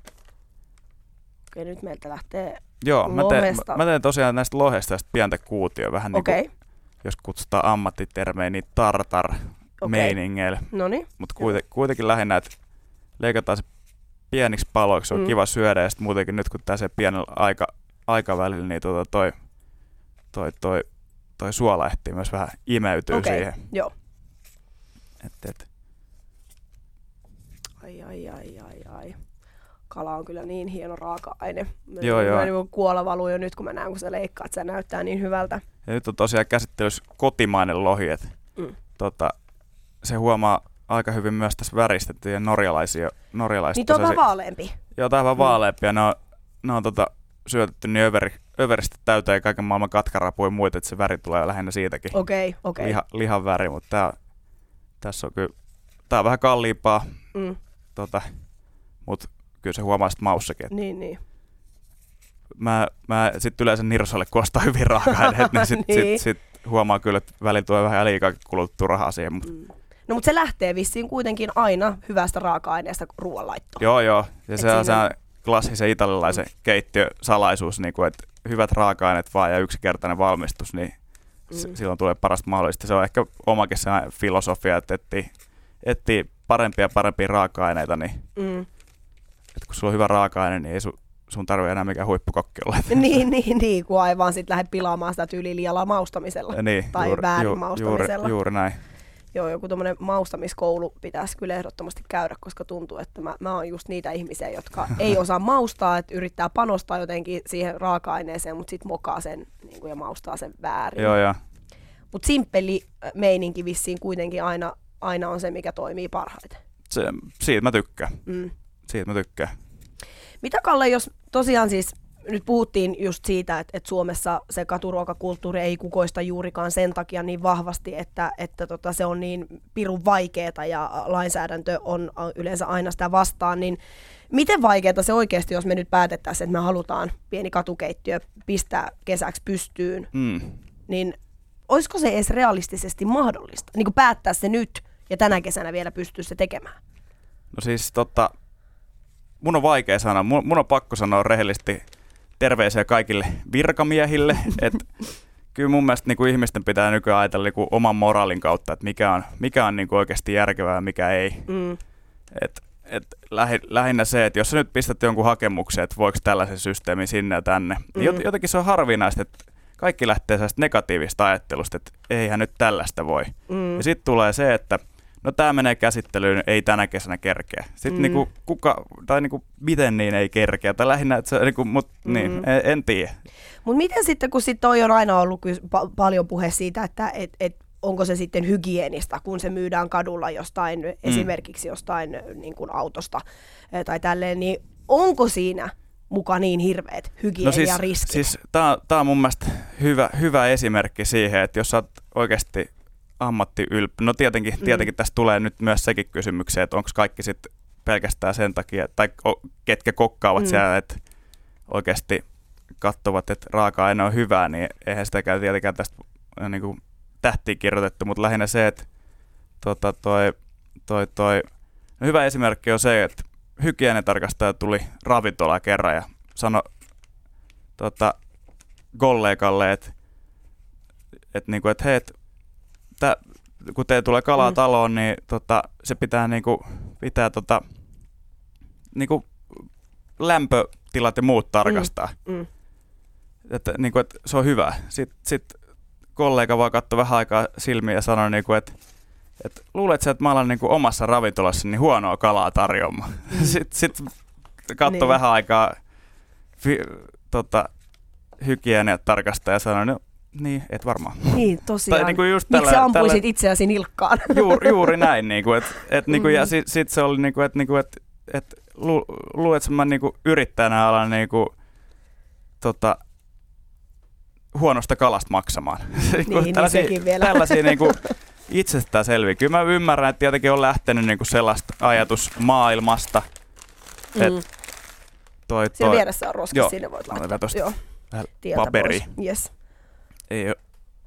Okei, nyt meiltä lähtee Joo, mä teen, mä teen tosiaan näistä lohesta tästä pientä kuutioa, vähän okay. niin kuin, jos kutsutaan ammattitermejä, niin tartar-meiningeillä. Okay. Noniin. Mutta kuiten, kuitenkin lähinnä, että leikataan se pieniksi paloiksi, se on mm. kiva syödä, ja sitten muutenkin nyt kun tässä pienellä aika, aikavälillä, niin tuota toi, toi, toi, toi suola ehtii myös vähän imeytyy okay. siihen. Joo. Et, et. Ai, ai, ai, ai, ai. Kala on kyllä niin hieno raaka-aine. Mä joo, joo. Niin kuola valuu jo nyt, kun mä näen, kun sä leikkaat, se näyttää niin hyvältä. Ja nyt on tosiaan käsittelyssä kotimainen lohi, että mm. tota, se huomaa aika hyvin myös tässä väristä, että norjalaisia, norjalaisia... Niin tuo on vähän vaaleampi. Joo, tämä on vähän mm. vaaleampi, ja ne on, ne on tota, syötetty niin överi, överistä täyteen kaiken maailman katkarapuja ja muita, että se väri tulee lähinnä siitäkin. Okei, okay, okei. Okay. Liha, lihan väri, mutta tää, tässä on kyllä... Tää on vähän kalliimpaa, mm. tota, mutta kyllä se huomaa sitten maussakin. Niin, niin. Mä, mä sitten yleensä nirsoille, kun ostaa hyvin raaka-aineet, niin sitten niin. sit, sit huomaa kyllä, että välillä tulee vähän liikaa kulutettua rahaa siihen. Mutta. Mm. No mutta se lähtee vissiin kuitenkin aina hyvästä raaka-aineesta ruoanlaittoon. Joo, joo. Ja se on siinä... klassisen italialaisen keittiösalaisuus, niin kuin, että hyvät raaka-aineet vaan ja yksinkertainen valmistus, niin mm. silloin tulee parasta mahdollista. Se on ehkä omakin se filosofia, että etsii, etsii parempia ja parempia raaka-aineita, niin mm. että kun sulla on hyvä raaka-aine, niin ei sun, sun tarvitse enää mikään huippukokki olla. niin, niin, niin, kun aivan sitten lähde pilaamaan sitä tyyliä liialla maustamisella niin, tai juuri, väärin ju, maustamisella. Juuri, juuri näin. Joo, joku tommoinen maustamiskoulu pitäisi kyllä ehdottomasti käydä, koska tuntuu, että mä, mä oon just niitä ihmisiä, jotka ei osaa maustaa, että yrittää panostaa jotenkin siihen raaka-aineeseen, mutta sitten mokaa sen niin kuin, ja maustaa sen väärin. Joo, joo. Mutta simppeli meininki vissiin kuitenkin aina, aina on se, mikä toimii parhaiten. Se, siitä mä tykkään. Mm. Siitä mä tykkään. Mitä Kalle, jos tosiaan siis nyt puhuttiin just siitä, että, että Suomessa se katuruokakulttuuri ei kukoista juurikaan sen takia niin vahvasti, että, että tota, se on niin pirun vaikeaa ja lainsäädäntö on yleensä aina sitä vastaan, niin miten vaikeaa se oikeasti, jos me nyt päätettäisiin, että me halutaan pieni katukeittiö pistää kesäksi pystyyn, mm. niin olisiko se edes realistisesti mahdollista, niin kuin päättää se nyt ja tänä kesänä vielä pystyä se tekemään? No siis tota, mun on vaikea sanoa, mun, mun on pakko sanoa rehellisesti terveisiä kaikille virkamiehille, että kyllä mun mielestä niin kuin ihmisten pitää nykyään ajatella niin kuin oman moraalin kautta, että mikä on, mikä on niin kuin oikeasti järkevää ja mikä ei. Mm. Et, et lähi, lähinnä se, että jos sä nyt pistät jonkun hakemuksen, että voiko tällaisen systeemin sinne ja tänne, mm. niin jotenkin se on harvinaista, että kaikki lähtee sellaista negatiivista ajattelusta, että eihän nyt tällaista voi. Mm. Ja sitten tulee se, että no tämä menee käsittelyyn, ei tänä kesänä kerkeä. Sitten mm. niinku, kuka, tai niinku, miten niin ei kerkeä, tai lähinnä, että se, niinku, mut, mm. niin, en, en tiedä. Mutta miten sitten, kun sit toi on aina ollut pa- paljon puhe siitä, että et, et, onko se sitten hygienistä, kun se myydään kadulla jostain, mm. esimerkiksi jostain niin kuin autosta tai tälleen, niin onko siinä mukaan niin hirveät hygieniariskit? No siis, siis tämä on mun mielestä hyvä, hyvä esimerkki siihen, että jos sä oot oikeasti ammattiylppö. No tietenkin, mm. tietenkin tästä tulee nyt myös sekin kysymykseen, että onko kaikki sitten pelkästään sen takia, tai ketkä kokkaavat mm. siellä, että oikeasti katsovat, että raaka-aine on hyvää, niin eihän sitäkään tietenkään tästä niin kuin tähtiin kirjoitettu, mutta lähinnä se, että tota, toi, toi, toi, no hyvä esimerkki on se, että hygienitarkastaja tuli ravintolaan kerran ja sanoi tota, kollegalle, että et, niinku, et, hei, et, tää, kun teille tulee kalaa mm. taloon, niin tota, se pitää, niinku, pitää tota, niinku, lämpötilat ja muut tarkastaa. Mm. Mm. Että, niinku, et, se on hyvä. Sitten sit kollega vaan katsoi vähän aikaa silmiä ja sanoi, niinku, että et, luuletko sä, että mä alan niinku, omassa ravintolassa niin huonoa kalaa tarjoamaan? Mm. Sitten sit katsoi niin. vähän aikaa fi, tota, hygieniat tarkastaa ja sanoi, no niin, et varmaan. Niin, tosiaan. Niinku miksi sä ampuisit tällä... itseäsi nilkkaan? Juuri, juuri näin. Niinku, et, et, niinku, mm. Ja sitten sit se oli, niinku, että niinku, et, et, lu, luuletko sä, mä niinku, yrittäjänä alan niinku, tota, huonosta kalasta maksamaan. Niin, niin sekin vielä. Tällaisia niinku, itsestään selviä. Kyllä mä ymmärrän, että tietenkin on lähtenyt niinku sellaista ajatusmaailmasta. Mm. Et toi, toi, siellä vieressä on roski, sinne voit laittaa. Joo, paperi. Yes. Ei ole.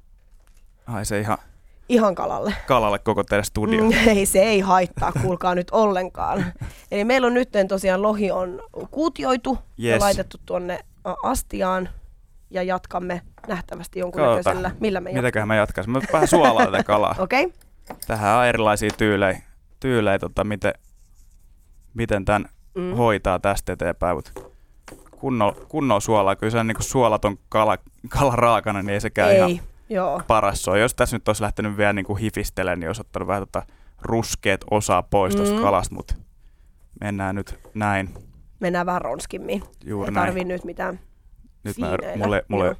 Ai se ihan... Ihan kalalle. Kalalle koko teidän studio. Mm, ei, se ei haittaa, kuulkaa nyt ollenkaan. Eli meillä on nyt tosiaan lohi on kuutioitu yes. ja laitettu tuonne astiaan. Ja jatkamme nähtävästi jonkunnäköisellä. Millä me jatkamme? Mitäköhän me jatkaisimme? Mä vähän suolaa tätä kalaa. Okei. Okay. Tähän on erilaisia tyylejä, tyylejä tota, miten, miten tämän mm. hoitaa tästä eteenpäin. Kunnolla kunno suolaa. Kyllä se on niin kuin suolaton kala, kala raakana, niin ei sekään ei. ihan Joo. paras ole. Jos tässä nyt olisi lähtenyt vielä niin kuin hifistelemään, niin olisi ottanut vähän tota ruskeat osaa pois tuosta mm. kalasta, mutta mennään nyt näin. Mennään vähän ronskimmin. Juuri ei näin. tarvii nyt mitään. Nyt mä, mulle, mulle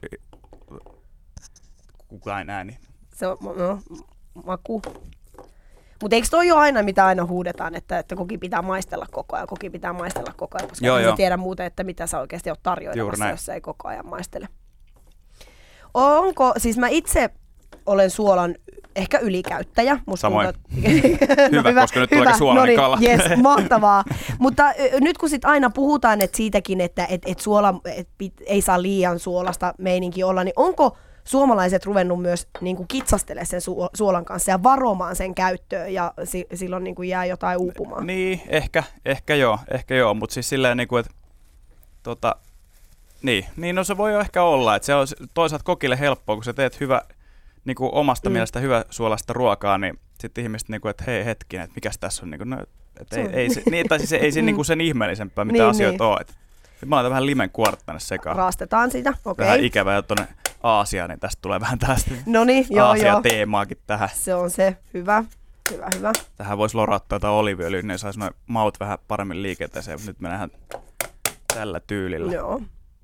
kukaan ääni. Se on no, maku. Mutta eikö toi ole aina, mitä aina huudetaan, että, että koki pitää maistella koko ajan, koki pitää maistella koko ajan, koska en tiedä muuten, että mitä sä oikeasti oot tarjoilemassa, jos sä ei koko ajan maistele. Onko, siis mä itse olen suolan ehkä ylikäyttäjä. Musta Samoin. Tuntuu, no, hyvä, hyvä, koska nyt tulee suolainen kala. Yes, mahtavaa. Mutta ö, nyt kun sit aina puhutaan et siitäkin, että et, et suola et, ei saa liian suolasta meininki olla, niin onko suomalaiset ruvennut myös niin kuin kitsastelemaan sen su- suolan kanssa ja varomaan sen käyttöön ja si- silloin niin kuin jää jotain uupumaan? Niin, ehkä, ehkä joo, ehkä joo, mutta siis silleen, niin kuin, että tota, niin, niin no se voi jo ehkä olla, että se on toisaalta kokille helppoa, kun sä teet hyvä, niin kuin omasta mm. mielestä hyvä suolasta ruokaa, niin sitten ihmiset, niin kuin, että hei hetkinen, että mikäs tässä on, niin kuin, no, että ei, ei, se, niin, tai siis ei se niin kuin sen ihmeellisempää, mitä niin, asioita niin. on. Että, mä laitan vähän limen kuoret tänne sekaan. Raastetaan sitä, okei. Okay. Vähän ikävää tuonne Aasiaan, niin tästä tulee vähän tästä Noniin, joo, Aasia-teemaakin tähän. Se on se, hyvä, hyvä, hyvä. Tähän voisi lorattaa jotain oliiviöljyä, niin saisi noin maut vähän paremmin liikenteeseen, mutta nyt me nähdään tällä tyylillä. Joo.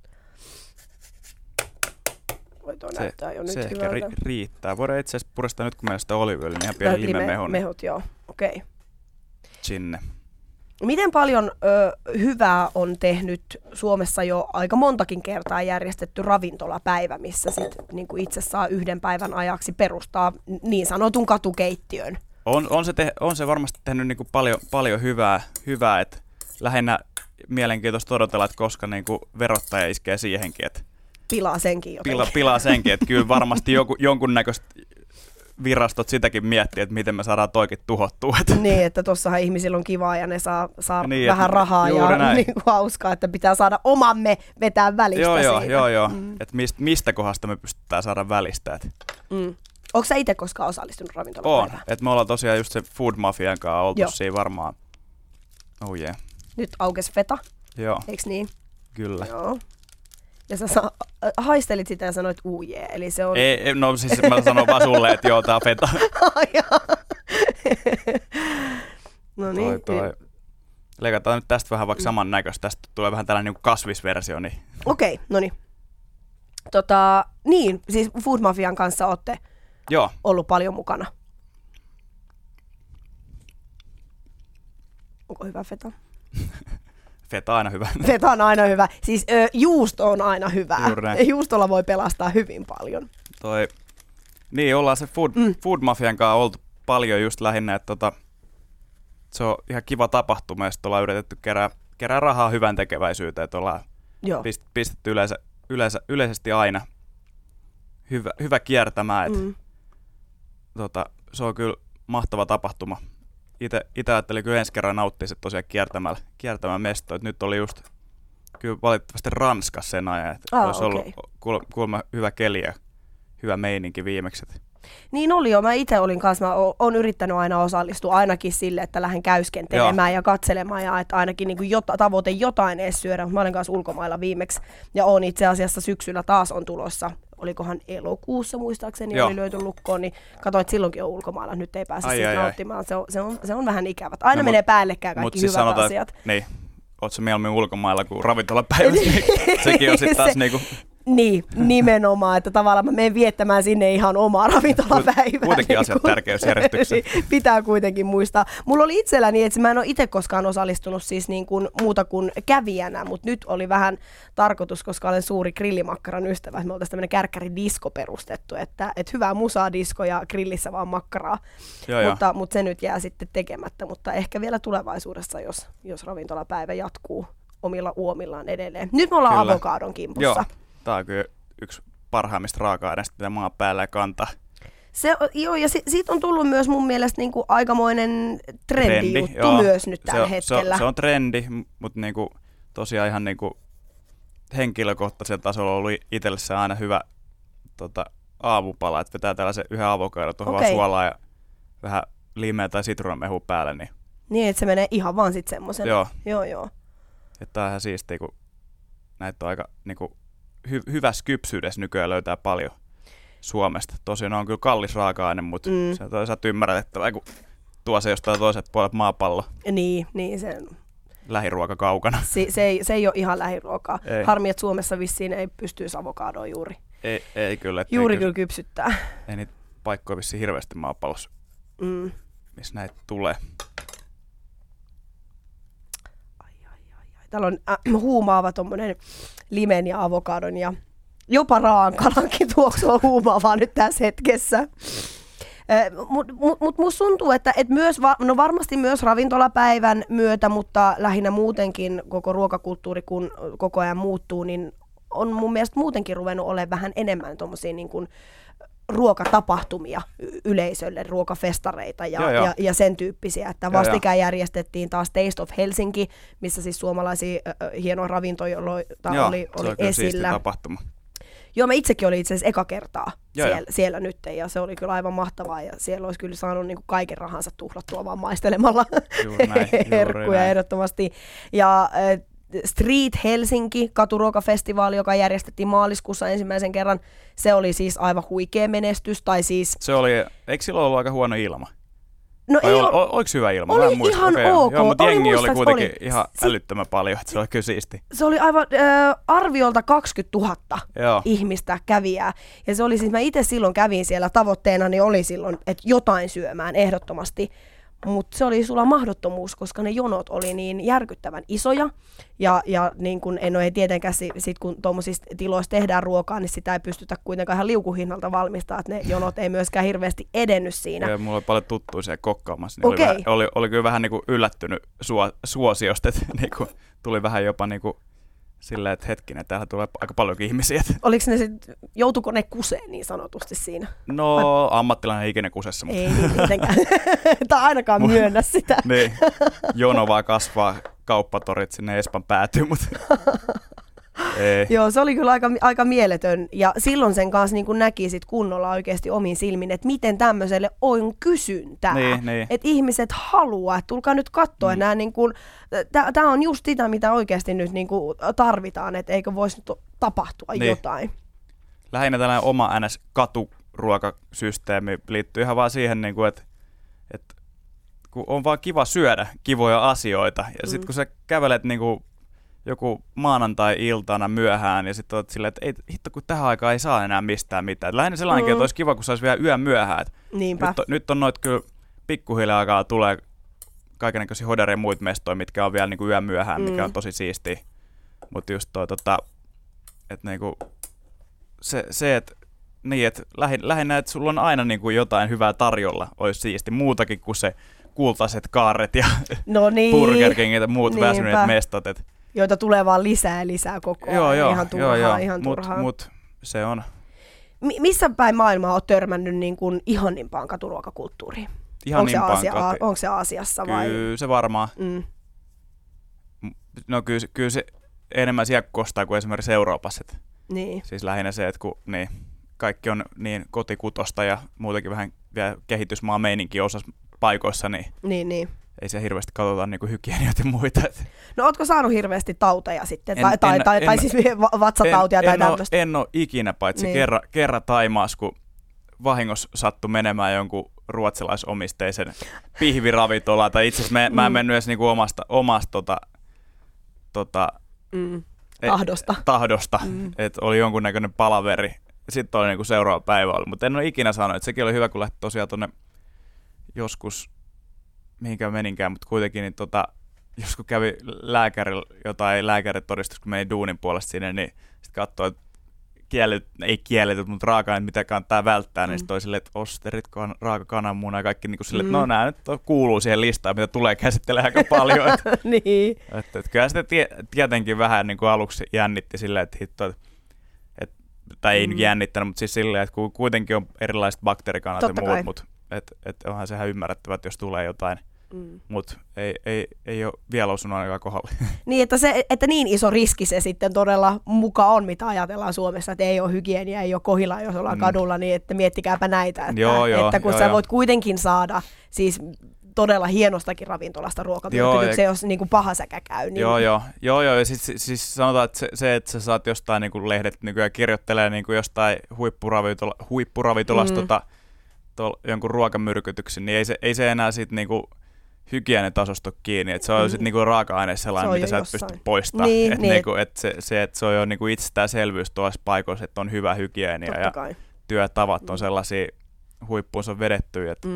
Voi toi Se, näyttää jo nyt se hyvältä. ehkä ri- riittää. Voidaan itse asiassa purestaa nyt, kun meillä sitä oliiviöljyä, niin ihan pieni limenmehon Mehut, joo, okei. Okay. sinne. Miten paljon ö, hyvää on tehnyt Suomessa jo aika montakin kertaa järjestetty ravintolapäivä, missä sit, niin kuin itse saa yhden päivän ajaksi perustaa niin sanotun katukeittiön? On, on, se, te, on se varmasti tehnyt niin kuin paljon, paljon hyvää, hyvää että lähinnä mielenkiintoista odotella, että koska niin kuin verottaja iskee siihenkin, että Pilaa senkin jotenkin. Pila, pilaa senkin, että kyllä varmasti joku, jonkunnäköistä virastot sitäkin miettii, että miten me saadaan toikin tuhottua. Niin, että tossahan ihmisillä on kivaa ja ne saa, saa niin, vähän rahaa ja niin kuin hauskaa, että pitää saada omamme vetää välistä joo, siitä. Joo, joo, joo. Mm. Että mistä, mistä kohdasta me pystytään saada välistä. Et. Mm. Onko sä itse koskaan osallistunut ravintolapäivään? On. Et me ollaan tosiaan just se Food Mafian kanssa oltu joo. siinä varmaan. Oh yeah. Nyt aukesi feta, joo. Eiks niin? Kyllä. Joo. Ja sä sa- haistelit sitä ja sanoit uu jee, eli se on... Ei, no siis mä sanon vaan sulle, että joo, tää on feta. No niin. Toi, toi. Leikataan nyt tästä vähän vaikka samannäköistä. Tästä tulee vähän tällainen niin kasvisversio. Niin. Okei, okay, no niin. Tota, niin, siis Food Mafian kanssa ootte joo. ollut paljon mukana. Onko hyvä feta? Feta on aina hyvä. Feta on aina hyvä. Siis ö, juusto on aina hyvää. Juustolla voi pelastaa hyvin paljon. Toi, niin, ollaan se Food, mm. Food Mafian kanssa oltu paljon just lähinnä, että tota, se on ihan kiva tapahtuma, ja sitten ollaan yritetty kerää, kerää rahaa hyvän tekeväisyyteen, että ollaan pist, pistetty yleensä, yleensä, yleisesti aina hyvä, hyvä kiertämään. Et, mm. tota, se on kyllä mahtava tapahtuma. Itse ajattelin kyllä ensi kerran nauttia se tosiaan kiertämällä, kiertämällä mestoa. Nyt oli just kyllä valitettavasti Ranskassa sen ajan, että ah, olisi okay. ollut kuulemma hyvä keli ja hyvä meininki viimeksi. Niin oli jo. Mä itse olin kanssa, mä oon yrittänyt aina osallistua ainakin sille, että lähden käyskentelemään Joo. ja katselemaan ja että ainakin niin kuin jota, tavoite jotain edes syödä. Mä olin kanssa ulkomailla viimeksi ja on itse asiassa syksyllä taas on tulossa. Olikohan elokuussa muistaakseni Joo. oli löyty lukkoon, niin katsoin, että silloinkin on ulkomailla. Nyt ei pääse ai, siitä ai, nauttimaan. Se on, se, on, se on vähän ikävät. Aina no, menee päällekkäin kaikki hyvät siis sanotaan, asiat. Niin. Ootko sä mieluummin ulkomailla kuin ravintolapäivässä? niin sekin on sitten taas se, niinku... Niin, nimenomaan, että tavallaan mä menen viettämään sinne ihan omaa ravintolapäivää. Kuitenkin niin asiat tärkeysjärjestyksessä. Pitää kuitenkin muistaa. Mulla oli itselläni, että mä en ole itse koskaan osallistunut siis niin kuin muuta kuin kävijänä, mutta nyt oli vähän tarkoitus, koska olen suuri grillimakkaran ystävä, että me oltaisiin tämmöinen kärkkäridisko perustettu, että, että hyvää musaa, disko ja grillissä vaan makkaraa, joo, mutta, mutta se nyt jää sitten tekemättä, mutta ehkä vielä tulevaisuudessa, jos, jos ravintolapäivä jatkuu omilla uomillaan edelleen. Nyt me ollaan kyllä. Avokadon kimpussa. Joo. Tämä on kyllä yksi parhaimmista raaka-aineista, mitä maan päällä kantaa. Se, joo, ja si, siitä on tullut myös mun mielestä niinku aikamoinen trendi-juttu trendi, myös nyt tällä se, hetkellä. Se on, se on trendi, mutta niinku, tosiaan ihan niinku henkilökohtaisella tasolla on ollut itselle se aina hyvä tota, aamupala, että vetää tällaisen yhden avokadon tuohon okay. suolaa ja vähän limeä tai sitruunamehua päälle. Niin, niin että se menee ihan vaan sitten semmoisen. Joo. joo, joo. Että tämä on ihan siistiä, kun näitä on aika niinku, hy- hyvässä kypsyydessä nykyään löytää paljon Suomesta. Tosiaan on kyllä kallis raaka-aine, mutta mm. se on toisaalta ymmärrettävää, kun tuo se jostain toiset puolet maapallo. Niin, niin se lähiruoka kaukana. Se, se, ei, se ei ole ihan lähiruokaa. Ei. Harmi, että Suomessa vissiin ei pystyisi avokadoa juuri. Ei, ei kyllä. Juuri ei kyllä kypsyttää. Ei niitä paikkoja vissiin hirveästi maapallossa, mm. missä näitä tulee. Ai, ai, ai, ai. Täällä on äh, huumaava tommonen limen ja avokadon ja jopa raan kalankin tuoksu on huumaavaa nyt tässä hetkessä. Mutta mut, mut musta tuntuu, että et myös, va- no varmasti myös ravintolapäivän myötä, mutta lähinnä muutenkin koko ruokakulttuuri, kun koko ajan muuttuu, niin on mun mielestä muutenkin ruvennut olemaan vähän enemmän tommosia niin kuin ruokatapahtumia yleisölle, ruokafestareita ja, joo, joo. ja, ja sen tyyppisiä. Että vastikään järjestettiin taas Taste of Helsinki, missä siis suomalaisia äh, hienoja ravintoloita joo, oli, oli se oli esillä. Tapahtuma. Joo, mä itsekin olin itse asiassa eka kertaa joo, siellä, joo. siellä nyt, ja se oli kyllä aivan mahtavaa, ja siellä olisi kyllä saanut niin kuin kaiken rahansa tuhlattua vaan maistelemalla herkkuja ehdottomasti. Ja äh, Street Helsinki, katuruokafestivaali, joka järjestettiin maaliskuussa ensimmäisen kerran, se oli siis aivan huikea menestys. Tai siis... Se oli, eikö silloin ollut aika huono ilma? No Vai ei ol, ol... oliko hyvä ilma? Oli muista. ihan okay, ok. Joo, mutta oli, jengi oli kuitenkin oli. ihan älyttömän paljon, että se oli kyllä siisti. Se oli aivan äh, arviolta kaksikymmentätuhatta joo. ihmistä kävijää. Ja se oli siis, mä itse silloin kävin siellä, tavoitteena niin oli silloin, että jotain syömään ehdottomasti. Mutta se oli sulla mahdottomuus, koska ne jonot oli niin järkyttävän isoja. Ja, ja niin kun, en ole tietenkään, sit kun tuommoisista tiloista tehdään ruokaa, niin sitä ei pystytä kuitenkaan ihan liukuhinnalta valmistaa. Että ne jonot ei myöskään hirveästi edennyt siinä. Ja mulla oli paljon tuttuja siellä kokkaamassa. Niin okay. oli, oli, oli kyllä vähän niin kuin yllättynyt suo, suosiosta, että niin kuin, tuli vähän jopa niin kuin silleen, että hetkinen, täällä tulee aika paljonkin ihmisiä. Oliko ne sitten, joutuiko ne kuseen niin sanotusti siinä? No, Vai... ammattilainen ei ikinä kusessa. Mutta... Ei niin tietenkään. Tai ainakaan myönnä sitä. Niin, jono vaan kasvaa kauppatorit sinne Espan päätyy, mutta ei. Joo, se oli kyllä aika, aika mieletön. Ja silloin sen kanssa niin kun näki sit kunnolla oikeasti omin silmin, että miten tämmöiselle on kysyntää. Niin, niin. Että ihmiset haluaa, että tulkaa nyt katsoa. Mm. Niin tämä on just sitä, mitä oikeasti nyt niin kun tarvitaan, että eikö voisi nyt tapahtua niin. jotain. Lähinnä tällainen oma N S-katuruokasysteemi liittyy ihan vaan siihen, niin kuin, että, että kun on vaan kiva syödä kivoja asioita. Ja sitten mm. kun sä kävelet niin kuin joku maanantai-iltana myöhään ja sitten olet silleen, että ei, hitto kun tähän aikaan ei saa enää mistään mitään. Lähinnä sellainenkin, mm. että olisi kiva, kun saisi vielä yön myöhään. Niinpä. Nyt on, nyt on noit kyllä pikkuhiljaa alkaa tulee kaikennäköisiä hodareja ja muita mestoja, mitkä on vielä niin kuin yön myöhään, mm. mikä on tosi siistiä. Mutta just toi, tota, että niinku, se, se että niin, et lähinnä, että sulla on aina niin kuin jotain hyvää tarjolla, olisi siisti. Muutakin kuin se kultaiset kaaret ja no niin. Burger Kingit ja muut Niinpä. väsyneet mestot. Et. Joita tulee vaan lisää ja lisää koko ajan. Joo, joo, ihan turhaa, joo, joo. ihan turhaa. Mut, mut se on. M- missä päin maailmaa olet törmännyt niin kuin ihanimpaan katuruokakulttuuriin? Onko se, Aasia, katu... onko se Aasiassa vai? Kyllä se varmaan. Mm. No kyllä, kyllä se enemmän siellä kostaa kuin esimerkiksi Euroopassa. Niin. Siis lähinnä se, että kun niin, kaikki on niin kotikutosta ja muutenkin vähän vielä kehitysmaan meininki osassa paikoissa, niin, niin, niin. ei se hirveästi katsota niin kuin hygienioita ja muita. No ootko saanut hirveästi tauteja sitten, en, tai, tai, en, tai, en, tai siis vatsatautia en, tai en tämmöistä? En ole ikinä, paitsi niin. kerran, kerran Taimaassa, kun vahingossa sattui menemään jonkun ruotsalaisomisteisen pihviravintolaan, tai itse asiassa mä, mm. mä en mennyt edes niinku omasta, omasta tota, tota, mm. tahdosta, et, tahdosta mm. että oli jonkunnäköinen palaveri. Sitten oli niinku seuraava päivä ollut, mutta en ole ikinä sanonut, että sekin oli hyvä, kun lähti tosiaan tuonne joskus, mihinkään meninkään, mutta kuitenkin niin tota, joskus kävi lääkärillä jotain lääkäritodistus, kun meni duunin puolesta sinne, niin sitten katsoi, että kiellet, ei kielletyt, mutta raaka-aineet, mitä kannattaa välttää, mm. niin sitten oli silleen, että osterit, raaka kananmuna ja kaikki niin kuin silleen, että mm. no nämä nyt kuuluu siihen listaan, mitä tulee käsittelemään aika paljon. Että, niin. että, että kyllä sitä tie, tietenkin vähän niin kuin aluksi jännitti silleen, että hitto, että, että, tai ei mm. jännittänyt, mutta siis silleen, että kuitenkin on erilaiset bakteerikannat Totta ja muut, kai. mutta että, että onhan sehän ymmärrettävä, että jos tulee jotain. Mm. Mutta ei, ei, ei ole vielä osunut ainakaan kohdalle. Niin, että, se, että niin iso riski se sitten todella muka on, mitä ajatellaan Suomessa, että ei ole hygienia, ei ole kohilla, jos ollaan mm. kadulla, niin että miettikääpä näitä. Että, joo, joo, että kun joo, sä joo. voit kuitenkin saada siis todella hienostakin ravintolasta ruokamyrkytyksen, jos niin kuin paha säkä käy. Niin... Joo, joo. joo, joo. Ja siis, siis sanotaan, että se, se, että sä saat jostain niin kuin lehdet nykyään kirjoittelee niin kuin jostain huippuravitola, huippuravitolasta mm. tota, tol, jonkun ruokamyrkytyksen, niin ei se, ei se enää sitten niinku hygienitasosta kiinni, että se on mm. sitten niinku raaka-aine sellainen, mitä sä et jossain. pysty poistamaan. Niin, että niin. niinku, et se, se, et se on jo niinku itsestäänselvyys tuossa paikoissa, että on hyvä hygienia Totta ja kai. työtavat mm. on sellaisia huippuunsa vedettyjä, että mm.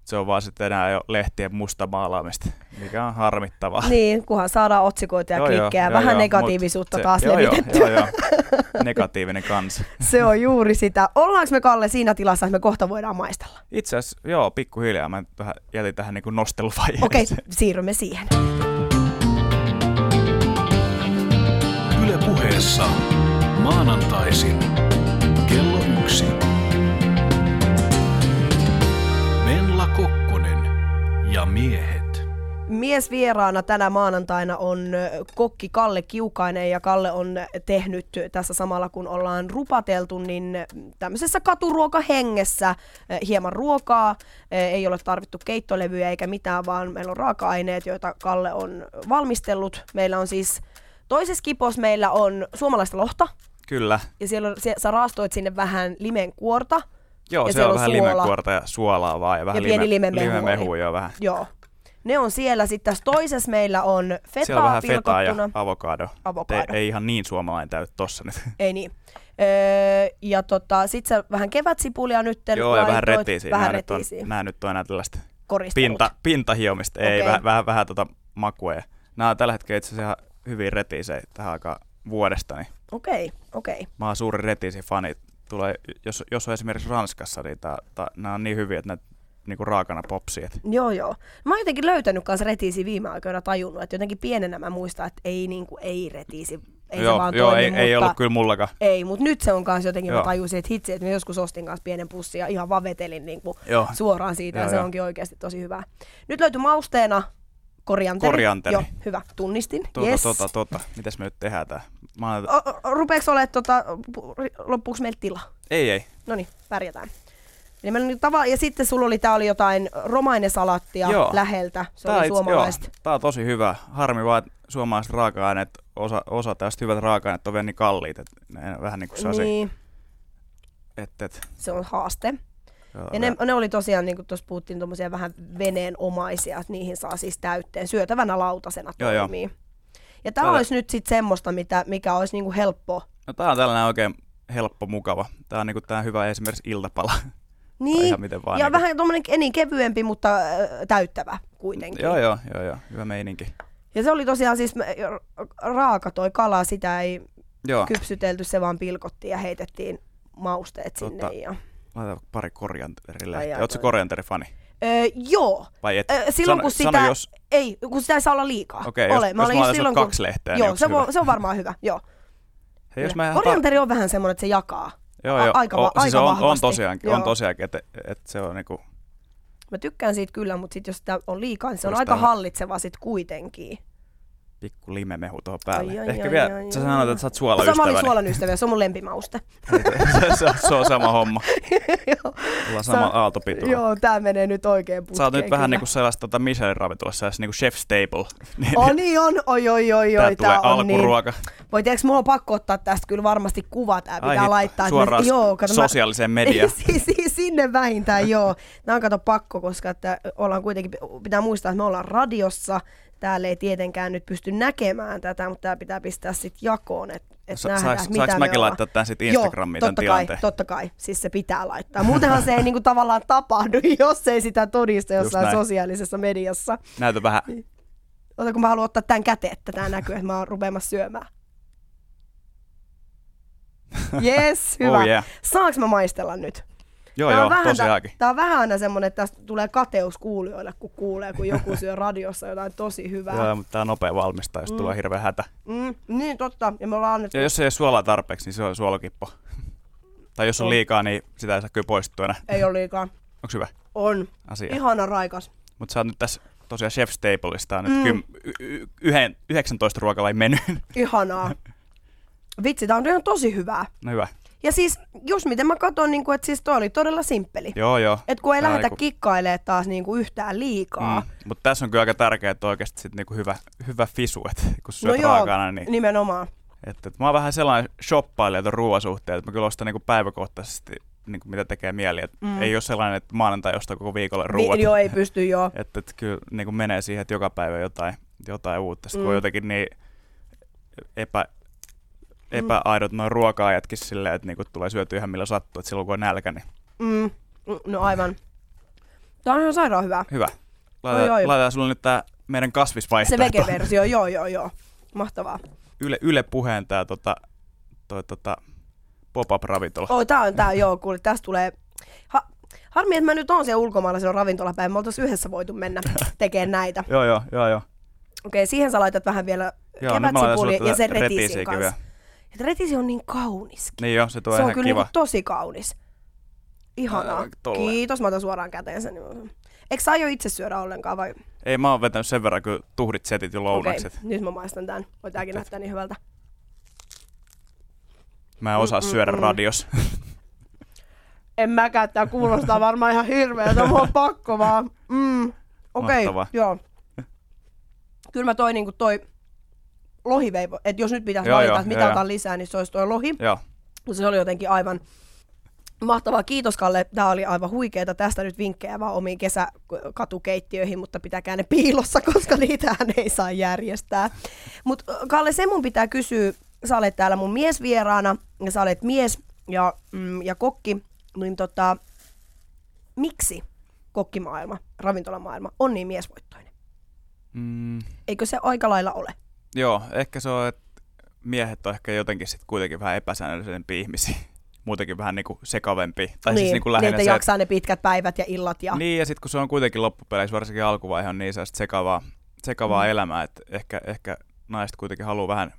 Se on vaan sitten enää jo lehtien musta maalaamista, mikä on harmittavaa. Niin, kunhan saadaan otsikoita ja joo, klikkejä. joo, Vähän joo, negatiivisuutta se, taas joo, levitetty. Joo, joo, joo. Negatiivinen kansa. Se on juuri sitä. Ollaanko me, Kalle, siinä tilassa, että me kohta voidaan maistella? Itse asiassa, joo, pikkuhiljaa. Mä tähän, jätin tähän niin kuin nosteluvaiheeseen. Okei, okay, siirrymme siihen. Yle Puheessa maanantaisin kello yksi. Menla Kokkonen ja miehet. Mies vieraana tänä maanantaina on kokki Kalle Kiukainen, ja Kalle on tehnyt tässä samalla kun ollaan rupateltu, niin tämmöisessä katuruokahengessä hieman ruokaa. Ei ole tarvittu keittolevyjä eikä mitään, vaan meillä on raaka-aineet, joita Kalle on valmistellut. Meillä on siis toisessa kipos meillä on suomalaista lohta. Kyllä. Ja siellä on, sä raastoit sinne vähän limenkuorta. Joo, ja se on, on vähän suola. limenkuorta ja suolaa vaan ja vähän ja pieni lime, limemehu. limemehu joo, vähän. Joo. Ne on siellä. Sitten tässä toisessa meillä on fetaa siellä on vähän fetaa ja pilkottuna. avokado. Avokado. Te, ei ihan niin suomalainen täyt tossa nyt. Ei niin. Öö, ja tota, sit sä vähän kevätsipulia nyt joo, ja vähän retiisiä. Vähän nää, retiisiä. Nyt on, nää nyt on enää tällaista pinta, pintahiomista. Okay. Ei, vähän, vähän, vähän tota makua. Ja nämä on tällä hetkellä itse asiassa ihan hyvin retiisejä tähän aikaan vuodesta. Niin okei, okay, okei. Okay. Mä oon suuri retiisi-fani. Tulee, jos, jos on esimerkiksi Ranskassa, niin tää, tää, nämä on niin hyviä, että ne niinku raakana popsii. Joo, joo. Mä oon jotenkin löytänyt kanssa retiisiä viime aikoina tajunnut, että jotenkin pienenä mä muistan, että ei, niinku, ei retiisi. Ei joo, se vaan joo toimi, ei, mutta ei ollut kyllä mullakaan. Ei, mutta nyt se on kanssa jotenkin, joo. Mä tajusin, että hitsi, että mä joskus ostin kanssa pienen pussin ja ihan vaan vetelin niinku suoraan siitä, joo, ja se joo. onkin oikeasti tosi hyvää. Nyt löytyi mausteena korianteri. Korianteri. Joo, hyvä, tunnistin. Tota, yes. tota, tota. Mitäs me nyt tehdään tää? Mä oon... Rupeeko olemaan, tota, loppuuko meiltä tilaa? Ei, ei. Noniin, pärjätään. Eli meillä on tava- ja sitten sulla oli, tää oli jotain romainesalattia joo. läheltä, se tää oli suomalaista. Joo, tää on tosi hyvä. Harmi vaan, että suomalaiset raaka-aineet, osa, osa tästä hyvät raaka-aineet on vielä niin kalliit, että ne vähän niin kuin saa niin. et, et. Se on haaste. Joo, ja ne, ne oli tosiaan, niin kuin tuossa puhuttiin, tommosia vähän veneenomaisia, että niihin saa siis täytteen. Syötävänä lautasena toimii. Joo, ja tää, tää olisi nyt sitten semmoista, mitä, mikä olisi niinku helppo. No tää on tällainen oikein helppo, mukava. Tää on niinku tää hyvä esimerkiksi iltapala. Niin, vaan ja niin vähän tommonen niin kevyempi, mutta äh, täyttävä kuitenkin. Joo, joo, joo, joo, hyvä meininki. Ja se oli tosiaan siis raaka toi kala, sitä ei joo. kypsytelty, se vaan pilkottiin ja heitettiin mausteet Totta, sinne. Ja... laita pari korianterille. Ootko korianterifani? Öö, joo. Vai et? Öö, silloin sano, kun sitä, sano, jos... ei, kun sitä ei saa olla liikaa. Okei, okay, Ole. jos, mä jos mä laitan silloin, kaksi kun... lehteä, joo, niin se, hyvä? on, se on varmaan hyvä, joo. Hei, jos mä korianteri ta... on vähän semmoinen, että se jakaa. Joo, joo. Aika, o, aika siis on, vahvasti. on tosiaankin, on tosiaankin että, että se on niinku... Mä tykkään siitä kyllä, mutta sit jos sitä on liikaa, niin se on aika hallitseva sit kuitenkin. Pikku limemehu tuohon päälle. Ai, ai, Ehkä ai, vielä, ai, sä ai, sanoit, ai. että sä oot suolaystäväni. Mä olin suolan ystävä, se on mun lempimauste. se, se on sama homma. Ollaan sama aaltopituilla. Joo, tää menee nyt oikein putkeen. Sä oot nyt kyllä. vähän niinku sellaista tota Michelin-ravintolassa, niinku chef staple. Oh niin on, oi oi oi oi. Tää tulee alkuruoka. Niin. Voi tiedätkö, mulla on pakko ottaa tästä kyllä varmasti kuva, tää pitää Ai, laittaa. suoraan me, joo, kato, sosiaaliseen mediaan. Sinne vähintään, joo. Nää on kato pakko, koska että ollaan kuitenkin, pitää muistaa, että me ollaan radiossa. Täällä ei tietenkään nyt pysty näkemään tätä, mutta tää pitää pistää sit jakoon, että et Sa- nähdään, saaks, mitä saaks me mäkin ollaan. laittaa tän sit Instagramiin Joo, tän totta tilanteen? kai, totta kai. Siis se pitää laittaa. Muutenhan se ei niinku tavallaan tapahdu, jos ei sitä todista jossain sosiaalisessa mediassa. Näytä vähän. Ota, kun mä haluan ottaa tän käteen, että tää näkyy, että mä oon rupeamassa syömään. Jes, hyvä. Oh yeah. Saanko mä maistella nyt? Joo, tää joo, tosiaankin. Tää on vähän aina semmonen, että tästä tulee kateus kuulijoille, kun kuulee, kun joku syö radiossa jotain tosi hyvää. Joo, mutta tää on nopea valmistaa, jos mm. tulee hirveä hätä. Mm, niin, totta. Ja me ollaan annettu... Ja jos ei ole suolaa tarpeeksi, niin se on suolakippo. Tai jos on liikaa, niin sitä ei saa kyllä poistua enää. Ei ole liikaa. Onks hyvä? On. Asia. Ihana raikas. Mutta sä oot nyt tässä tosiaan Chef Stapleista nyt Mm. kym, y- y- yhdeksäntoista ruokalain menyyn. Ihanaa. Vitsi, tää on ihan tosi hyvää. No hyvä. Ja siis, jos miten mä katson, niin että siis toi oli todella simppeli. Joo, joo. Et kun ei Tää lähdetä niinku- kikkailemaan taas niinku yhtään liikaa. Mm. Mutta tässä on kyllä aika tärkeää, että oikeasti sit niinku hyvä, hyvä fisu, että kun syöt No joo, raakana, niin... nimenomaan. Että, että mä oon vähän sellainen shoppailija ton ruoan suhteen, että mä kyllä ostan niinku päiväkohtaisesti, niinku mitä tekee mieli. Et Mm. ei ole sellainen, että maanantai ostaa koko viikolle ruuat. Vi- joo, ei pysty joo. Että, että kyllä niinku menee siihen, että joka päivä jotain, jotain uutta. Sitten Mm. kun on jotenkin niin epä, epäaidot noin ruoka-ajatkin silleen, että niinku tulee syötyä ihan millä sattuu, että silloin kun on nälkä, niin... Mm. No aivan. Tää on ihan sairaan hyvä. Hyvä. Laitetaan, oi, oi. laitetaan sulle nyt tää meidän kasvisvaihtoehto. Se vege-versio, joo joo joo. Mahtavaa. Yle, Yle Puheen tää tota, toi, tota, pop-up-ravintola. Oh, tää on tää, joo, kuule, tästä tulee... Ha, harmi, että mä nyt oon siellä ulkomailla siellä ravintolapäin. Me oltais yhdessä voitu mennä tekemään näitä. joo, joo, joo, joo. Okei, siihen sä laitat vähän vielä kevätsipulia ja sen retisin kanssa. Ja retisi on niin kaunis. Niin joo, se tuo Se ihan on kyllä kiva. Niinku tosi kaunis. Ihanaa. Kiitos, mä otan suoraan käteen sen. Eikö sä aio itse syödä ollenkaan vai? Ei, mä oon vetänyt sen verran, kun tuhdit setit jo lounakset. Okei, nyt mä maistan tän. Oi, tääkin näyttää niin hyvältä. Mä en osaa mm, syödä mm, radios. En mäkään, tää kuulostaa varmaan ihan hirveältä, mulla on pakko vaan. Mm. Okei, okay, joo. Kyllä mä toi niinku toi lohiveivo, että jos nyt pitäisi joo, valita, joo, että mitä joo, otan lisää, niin se olisi toi lohi. Joo. Se oli jotenkin aivan mahtavaa. Kiitos Kalle, tää oli aivan huikeeta. Tästä nyt vinkkejä vaan omiin kesäkatukeittiöihin, mutta pitäkää ne piilossa, koska niitähän ei saa järjestää. Mutta Kalle, se mun pitää kysyä, sä olet täällä mun miesvieraana, ja sä olet mies ja, mm, ja kokki, niin tota, miksi kokkimaailma, ravintolamaailma on niin miesvoittoinen? Mm. Eikö se aika lailla ole? Joo, ehkä se on, että miehet on ehkä jotenkin sit kuitenkin vähän epäsäännöllisempiä ihmisiä. Muutenkin vähän niinku sekavempi. Tai niin, siis niinku niin, että se, jaksaa ne pitkät päivät ja illat. Ja... Niin, ja sitten kun se on kuitenkin loppupeleissä, varsinkin alkuvaihe on niin sekavaa, sekavaa mm. elämää, että ehkä, ehkä naiset kuitenkin haluaa vähän,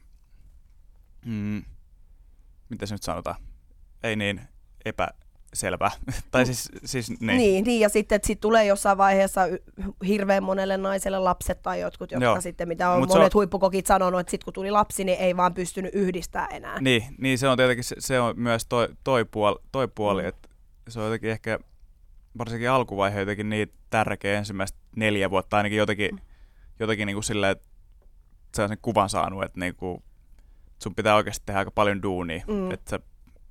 mm, miten se nyt sanotaan, ei niin epäselvää. tai siis, siis niin. Niin, niin, ja sitten sit tulee jossain vaiheessa hirveän monelle naiselle lapset tai jotkut, jotka Joo. sitten, mitä on Mut monet on... huippukokit sanonut, että sitten kun tuli lapsi, niin ei vaan pystynyt yhdistää enää. Niin, niin se on tietenkin se, se on myös toi, toi puoli, toi puoli mm. että se on jotenkin ehkä, varsinkin alkuvaihe jotenkin niin tärkeä ensimmäistä neljä vuotta, ainakin jotenkin, mm. jotenkin niin kuin silleen, että sä sen kuvan saanut, että niin kuin, sun pitää oikeasti tehdä aika paljon duunia, mm. että sä,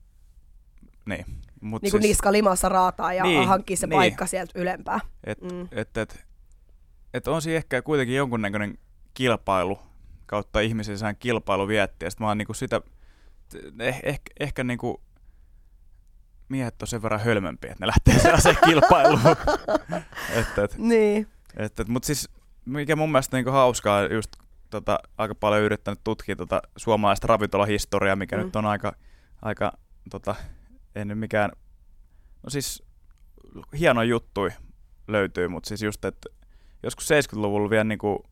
niin. Mut niin kuin siis, niska limassa raataa ja niin, hankkia se niin. paikka sieltä ylempää. Että mm. et, et, et on siinä ehkä kuitenkin jonkunnäköinen kilpailu kautta ihmisen sään kilpailu viettiä. Sitten mä oon niinku sitä, eh, ehkä, ehkä niinku miehet on sen verran hölmömpiä, että ne lähtee sellaiseen kilpailuun. et, et, niin. et, et, Mutta siis mikä mun mielestä niinku hauskaa, just tota, aika paljon yrittänyt tutkia tota suomalaista ravintolahistoriaa, mikä mm. nyt on aika, aika tota, ei nyt mikään, no siis hieno juttui löytyy, mutta siis just, että joskus seitsemänkymmentäluvulla vielä niinku,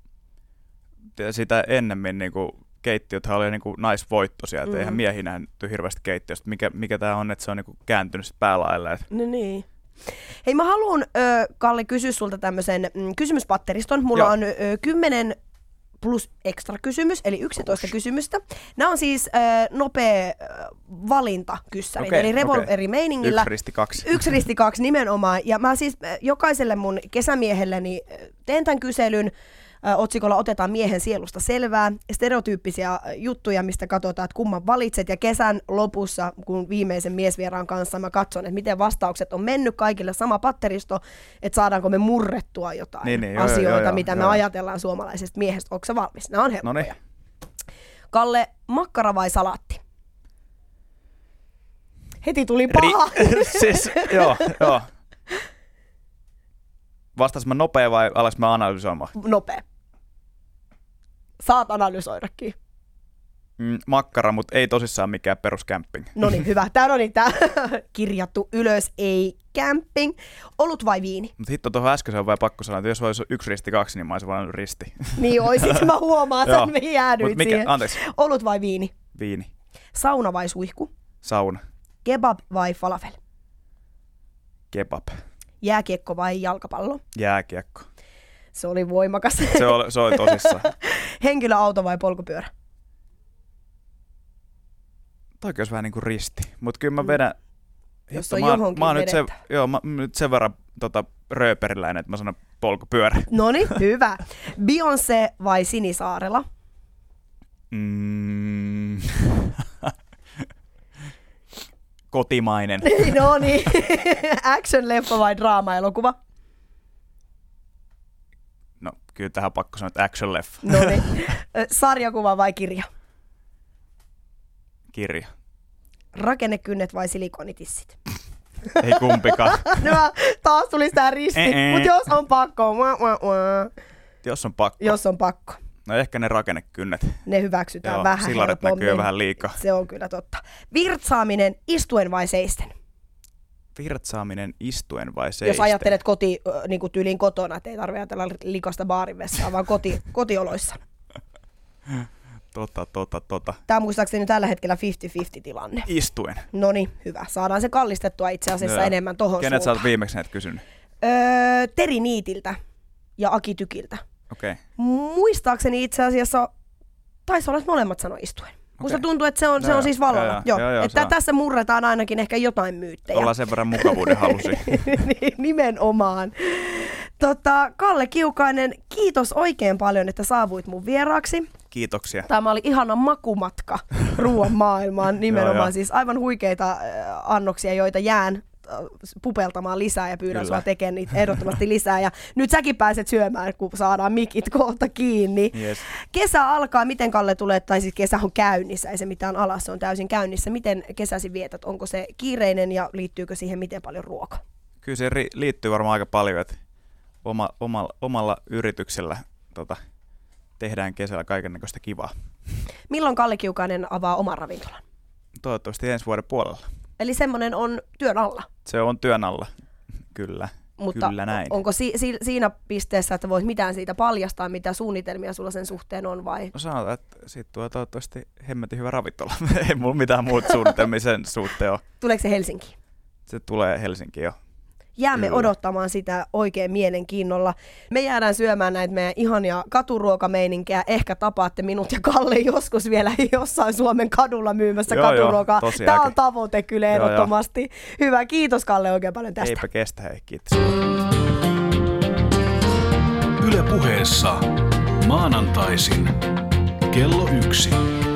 sitä ennemmin niinku, keittiöthän oli niinku naisvoittoisia, että mm. eihän miehiä nähty hirveästi keittiöstä. Mikä, mikä tää on, että se on niinku kääntynyt sit päälaille? No niin. Hei, mä haluan, äh, Kalle, kysyä sulta tämmöisen mm, kysymyspatteriston. Mulla Joo. on äh, kymmenen plus ekstra kysymys, eli yksitoista Ush. kysymystä. Nämä on siis äh, nopea äh, valintakyssäri, okay, eli revolverimeiningillä. Yksi risti kaksi. Yksi risti kaksi nimenomaan. Ja mä siis äh, jokaiselle mun kesämiehelleni äh, teen tämän kyselyn. Äh, otsikolla otetaan miehen sielusta selvää. Stereotyyppisiä äh, juttuja, mistä katsotaan, että kumman valitset. Ja kesän lopussa, kun viimeisen miesvieraan kanssa mä katson, että miten vastaukset on mennyt kaikille sama patteristo, että saadaanko me murrettua jotain niin, niin, asioita, joo, joo, joo, mitä joo. me ajatellaan suomalaisesta miehestä. Onko sä valmis? Nämä on helppoja. Noniin. Kalle, makkara vai salaatti? Heti tuli paha. Ri- siis, joo, joo. Vastas mä nopea vai alas mä analysoimaan? Nopea. Saat analysoidakin. Mm, makkara, mutta ei tosissaan mikään peruskämpping. No niin, hyvä. Tää on niin tää kirjattu ylös, ei camping. Olut vai viini? Mutta hitto tuohon äsken on vai pakko sanoa, että jos olisi yksi risti kaksi, niin mä olisin valinnut risti. Niin oisit, mä huomaan, että me jäädyit mikä, siihen. Anteeksi. Olut vai viini? Viini. Sauna vai suihku? Sauna. Kebab vai falafel? Kebab. Jääkiekko vai jalkapallo? Jääkiekko. Se oli voimakas. Se oli, se oli tosissaan. Henkilöauto vai polkupyörä? Toikin olisi vähän niin kuin risti, mutta kyllä mä vedän... Jos hitto, on mä, johonkin mä oon nyt, se, vedettä. joo, mä, nyt sen verran tota, rööperiläinen, että mä sanon polkupyörä. Noniin, hyvä. Beyoncé vai Sinisaarela? Mm. Kotimainen. No niin. Action-leffa vai draama-elokuva? No, kyllä tähän pakko sanoa, että action-leffa. No niin. Sarjakuva vai kirja? Kirja. Rakennekynnet vai silikonitissit? Ei kumpikaan. No, taas tuli sitä risti, mutta jos on pakko. Wah, wah, wah. Jos on pakko. Jos on pakko. No ehkä ne rakennekynnet. Ne hyväksytään Joo, vähän sillarit helpommin. näkyy vähän liikaa. Se on kyllä totta. Virtsaaminen istuen vai seisten? Virtsaaminen istuen vai seisten? Jos ajattelet koti, niin kuin tyyliin kotona, että ei tarvitse ajatella likasta baarinvessaa, vaan koti, kotioloissa. Tota, tota, tota. Tämä on muistaakseni tällä hetkellä viisikymmentä viisikymmentä tilanne. Istuen. No niin, hyvä. Saadaan se kallistettua itse asiassa Joo. enemmän tohon Kenet sä suuntaan. oot viimeksi näitä kysynyt? Öö, Teri Niitiltä ja Aki Tykiltä. Okei. Okay. Muistaakseni itse asiassa taisi olla, että molemmat sanoi istuen. Musta Okei. tuntuu, että se on, No se on joo, siis valolla. joo, Joo, joo, joo, että se on. tässä murretaan ainakin ehkä jotain myyttejä. Ollaan sen verran mukavuuden halusi. Nimenomaan. Tota, Kalle Kiukainen, kiitos oikein paljon, että saavuit mun vieraaksi. Kiitoksia. Tämä oli ihana makumatka ruoan maailmaan. Nimenomaan Joo, joo. siis aivan huikeita äh, annoksia, joita jään äh, pupeltamaan lisää ja pyydän Kyllä. sua tekemään niitä ehdottomasti lisää. Ja nyt säkin pääset syömään, kun saadaan mikit kohta kiinni. Yes. Kesä alkaa. Miten Kalle tulee, tai siis kesä on käynnissä, ei se mitään alas, se on täysin käynnissä. Miten kesäsi vietät? Onko se kiireinen ja liittyykö siihen miten paljon ruoka? Kyllä se ri- liittyy varmaan aika paljon, että oma, omalla, omalla yrityksellä tota, tehdään kesällä kaikennäköistä kivaa. Milloin Kalle Kiukainen avaa oman ravintolan? Toivottavasti ensi vuoden puolella. Eli semmoinen on työn alla. Se on työn alla, kyllä. Mutta Kyllä näin. onko si- si- siinä pisteessä, että voit mitään siitä paljastaa, mitä suunnitelmia sulla sen suhteen on vai? No sanotaan, että siitä tulee toivottavasti hemmetin hyvä ravintola. Ei mulla mitään muuta suunnitelmia sen suhteen ole. Tuleeko se Helsinkiin? Se tulee Helsinkiin jo. Jäämme Kyllä. odottamaan sitä oikein mielenkiinnolla. Me jäädään syömään näitä meidän ihania katuruokameininkiä. Ehkä tapaatte minut ja Kalle joskus vielä jossain Suomen kadulla myymässä Joo, joo, katuruokaa. tosiaankin. Tämä on tavoite kyllä Joo, ehdottomasti. Hyvä, kiitos Kalle oikein paljon tästä. Eipä kestä, hei, kiitos. Yle Puheessa maanantaisin kello yksi.